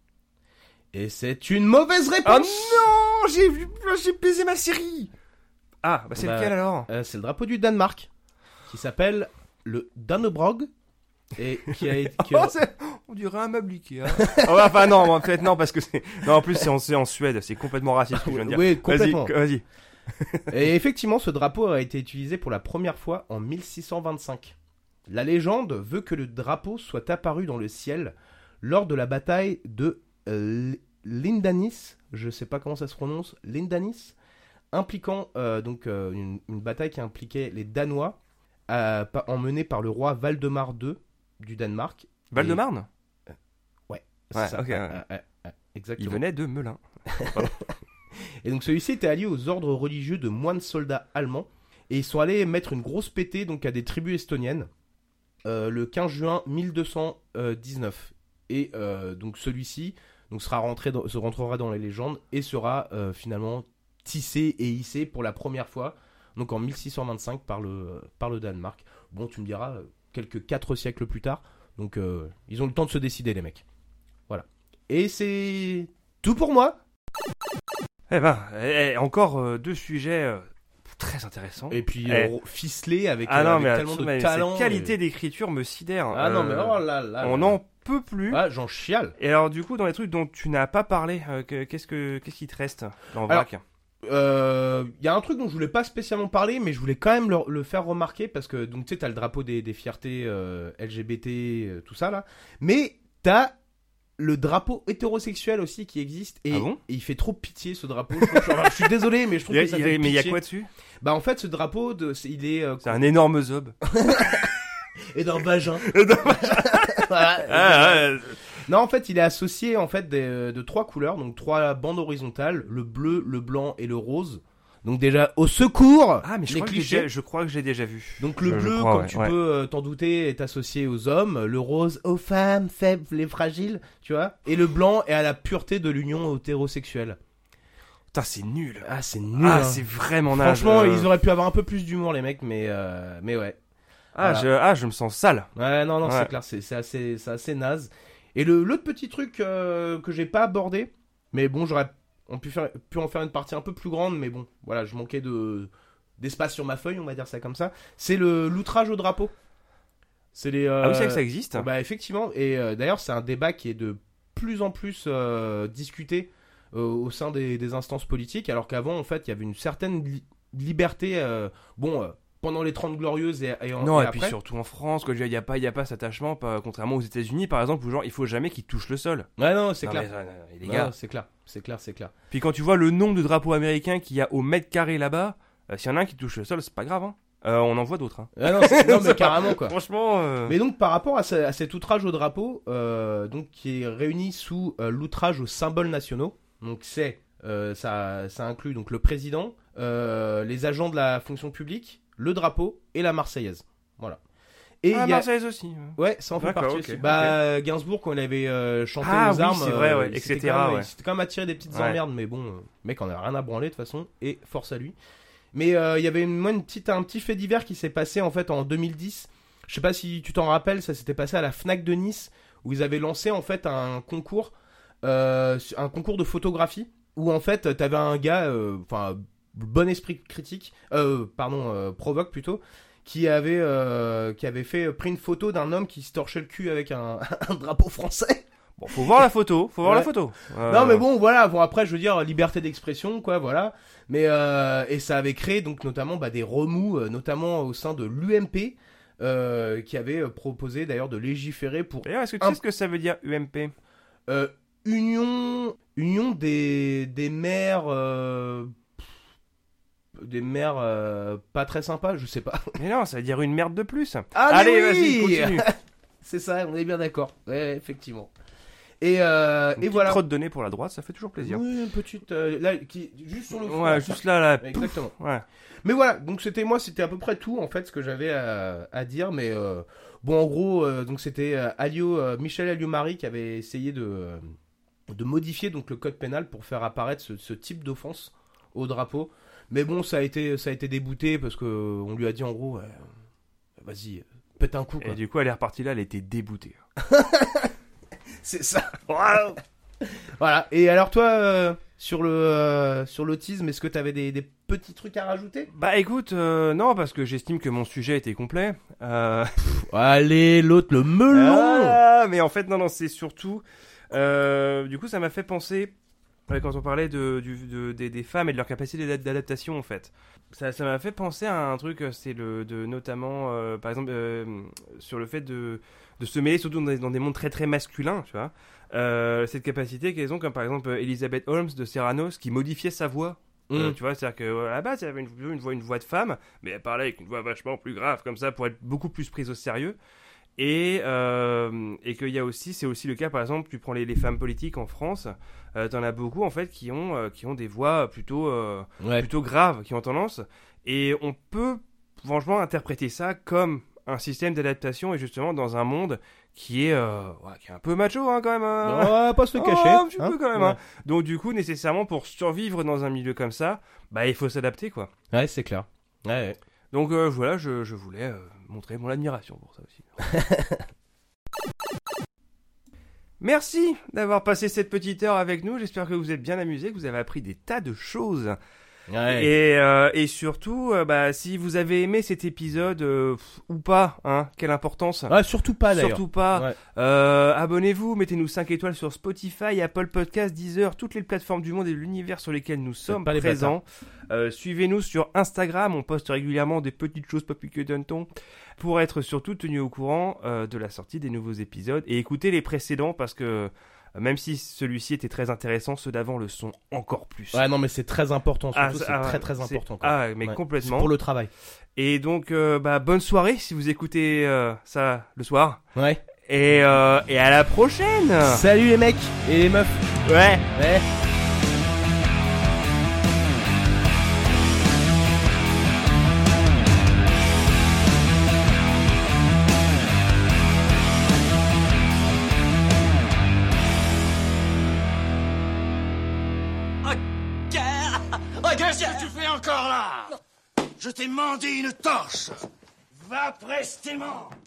Et c'est une mauvaise Oh réponse! non! J'ai baisé ma série! Ah, bah c'est Bah, lequel alors? C'est le drapeau du Danemark, qui s'appelle le Dannebrog, et qui a été... Oh, on dirait un meuble Ikea. Oh, enfin non, en fait non, parce que c'est... Non, en plus c'est en Suède, c'est complètement raciste ce que je viens de dire. Oui, complètement. Vas-y. Et effectivement, ce drapeau a été utilisé pour la première fois en 1625. La légende veut que le drapeau soit apparu dans le ciel lors de la bataille de Lindanis, je sais pas comment ça se prononce, Lindanis, impliquant une bataille qui impliquait les Danois, emmenés par le roi Valdemar II du Danemark. Val-de-Marne? C'est Ouais, ça. ok, Exactement. Il venait de Melun. Et donc celui-ci était allié aux ordres religieux de moines soldats allemands, et ils sont allés mettre une grosse pétée donc à des tribus estoniennes le 15 juin 1219. Et donc celui-ci se rentrera dans les légendes et sera finalement tissé et hissé pour la première fois, donc en 1625 par le Danemark. Bon, tu me diras, quelques 4 siècles plus tard, donc ils ont le temps de se décider, les mecs. Voilà. Et c'est tout pour moi. Eh ben, encore 2 sujets très intéressants. Et puis ficelé avec, non, avec mais tellement de mais talent. cette qualité d'écriture me sidère. Ah non, mais oh là là. On n'en peut plus. Ah, j'en chiale. Et alors du coup, dans les trucs dont tu n'as pas parlé, qu'est-ce qui te reste dans Vrac? Y a un truc dont je voulais pas spécialement parler, mais je voulais quand même le faire remarquer, parce que donc tu sais, t'as le drapeau des fiertés LGBT, tout ça là, mais t'as le drapeau hétérosexuel aussi qui existe, et, Ah bon et il fait trop pitié ce drapeau. Je suis désolé, mais je trouve que ça fait Mais il y a pitié. quoi dessus? Bah en fait, ce drapeau, il est C'est un énorme zob. et d'un vagin. Ah, Voilà. ouais. Non, en fait, il est associé en fait de 3 couleurs, donc 3 bandes horizontales, le bleu, le blanc et le rose. Donc déjà, au secours, Ah, mais je les crois, clichés. je crois que je l'ai déjà vu. Donc le Je bleu, crois, comme ouais, tu ouais. peux t'en douter, est associé aux hommes, le rose aux femmes faibles et fragiles, tu vois, et le blanc est à la pureté de l'union hétérosexuelle. Putain, c'est nul. Ah, c'est nul. Ah, hein. c'est vraiment naze. Franchement, ils auraient pu avoir un peu plus d'humour, les mecs, mais ouais. Je me sens sale. Ouais, non, Ouais. c'est clair, c'est assez naze. Et l'autre petit truc que j'ai pas abordé, mais bon, on pu en faire une partie un peu plus grande, mais bon, voilà, je manquais d'espace sur ma feuille, on va dire ça comme ça. C'est l'outrage au drapeau. C'est les. Ah oui, c'est vrai que ça existe. Bah effectivement, et d'ailleurs c'est un débat qui est de plus en plus discuté au sein des instances politiques, alors qu'avant en fait il y avait une certaine liberté. pendant les 30 glorieuses et Non, et après. puis surtout en France, quoi, il y a pas cet attachement, contrairement aux États-Unis par exemple, où genre il faut jamais qu'ils touchent le sol. Ouais, non, c'est Non, clair. mais, les gars. Non, c'est clair. Puis quand tu vois le nombre de drapeaux américains qu'il y a au mètre carré là-bas, s'il y en a un qui touche le sol, c'est pas grave, hein. On en voit d'autres, hein. Ah non, non, mais carrément quoi. Franchement. Mais donc par rapport à cet outrage au drapeau, donc qui est réuni sous l'outrage aux symboles nationaux, donc ça inclut donc le président, les agents de la fonction publique, le drapeau et la Marseillaise. Voilà. Et la Marseillaise aussi. Ouais, ça en fait D'accord, partie ok, aussi. Bah Gainsbourg quand il avait chanté aux oui, armes, c'est vrai, ouais, etc. C'était quand même attiré des petites Ouais. emmerdes, mais bon, le mec en a rien à branler de toute façon et force à lui. Mais il y avait un petit fait divers qui s'est passé en fait en 2010. Je sais pas si tu t'en rappelles, ça s'était passé à la Fnac de Nice où ils avaient lancé en fait un concours de photographie où en fait t'avais un gars, bon esprit critique, provoque plutôt, qui avait pris une photo d'un homme qui se torchait le cul avec un drapeau français. Bon, faut voir la photo, Ouais. la photo. Non mais bon voilà, après je veux dire liberté d'expression quoi, voilà. Mais et ça avait créé donc notamment des remous, notamment au sein de l'UMP, qui avait proposé d'ailleurs de légiférer pour D'ailleurs, est-ce que tu sais ce que ça veut dire UMP? union des maires pas très sympas, je sais pas. Mais non, ça veut dire une merde de plus. Ah, Allez, mais vas-y, oui continue. C'est ça, on est bien d'accord. Ouais, effectivement. Et Une voilà. Trop de données pour la droite, ça fait toujours plaisir. Oui, une petite là qui juste sur le front. Ouais, juste là. Exactement. Ouais. Mais voilà, donc c'était à peu près tout en fait ce que j'avais à dire, mais bon en gros donc c'était Michel Alliot-Marie qui avait essayé de modifier donc le code pénal pour faire apparaître ce type d'offense au drapeau, mais bon ça a été débouté parce que on lui a dit en gros vas-y pète un coup quoi. Et du coup, elle est repartie là, elle était déboutée. C'est ça. Voilà. Et alors toi sur l'autisme, est-ce que t'avais des petits trucs à rajouter? Bah écoute, non, parce que j'estime que mon sujet était complet. Allez, l'autre, le melon. Ah, mais en fait, non, c'est surtout... du coup, ça m'a fait penser, quand on parlait des femmes et de leur capacité d'adaptation, en fait. Ça m'a fait penser à un truc, c'est notamment, par exemple, sur le fait de se mêler, surtout dans des mondes très très masculins, tu vois. Cette capacité qu'elles ont, comme par exemple Elizabeth Holmes de Cyrano, qui modifiait sa voix. Tu vois, c'est-à-dire qu'à la base, elle avait une voix de femme, mais elle parlait avec une voix vachement plus grave, comme ça, pour être beaucoup plus prise au sérieux. Et qu'il y a aussi, c'est aussi le cas, par exemple, tu prends les femmes politiques en France, t'en as beaucoup, en fait, qui ont des voix plutôt graves, qui ont tendance, et on peut, franchement, interpréter ça comme un système d'adaptation, et justement, dans un monde qui est un peu macho, hein, quand même. On va pas se le cacher. Un petit peu, quand même, Ouais. hein. Donc, du coup, nécessairement, pour survivre dans un milieu comme ça, il faut s'adapter, quoi. Ouais, c'est clair. Ouais. Donc, voilà, je voulais montrer mon admiration pour ça aussi. Merci d'avoir passé cette petite heure avec nous. J'espère que vous êtes bien amusés, que vous avez appris des tas de choses. Ouais. Et surtout, si vous avez aimé cet épisode ou pas, hein, quelle importance. Ah, surtout pas d'ailleurs. Surtout pas. Ouais. Abonnez-vous, mettez-nous 5 étoiles sur Spotify, Apple Podcasts, Deezer, toutes les plateformes du monde et de l'univers sur lesquelles nous sommes pas les présents. Suivez-nous sur Instagram, on poste régulièrement des petites choses pas piquées d'un ton pour être surtout tenu au courant de la sortie des nouveaux épisodes et écoutez les précédents parce que même si celui-ci était très intéressant, ceux d'avant le sont encore plus. Ouais, non, mais c'est très important. Surtout, c'est très très c'est- important. Quoi. Ah, mais Ouais. complètement. C'est pour le travail. Et donc, bonne soirée si vous écoutez ça le soir. Ouais. Et à la prochaine. Salut les mecs et les meufs. Ouais. Ouais. Qu'est-ce que tu fais encore là? Je t'ai demandé une torche. Va prestement.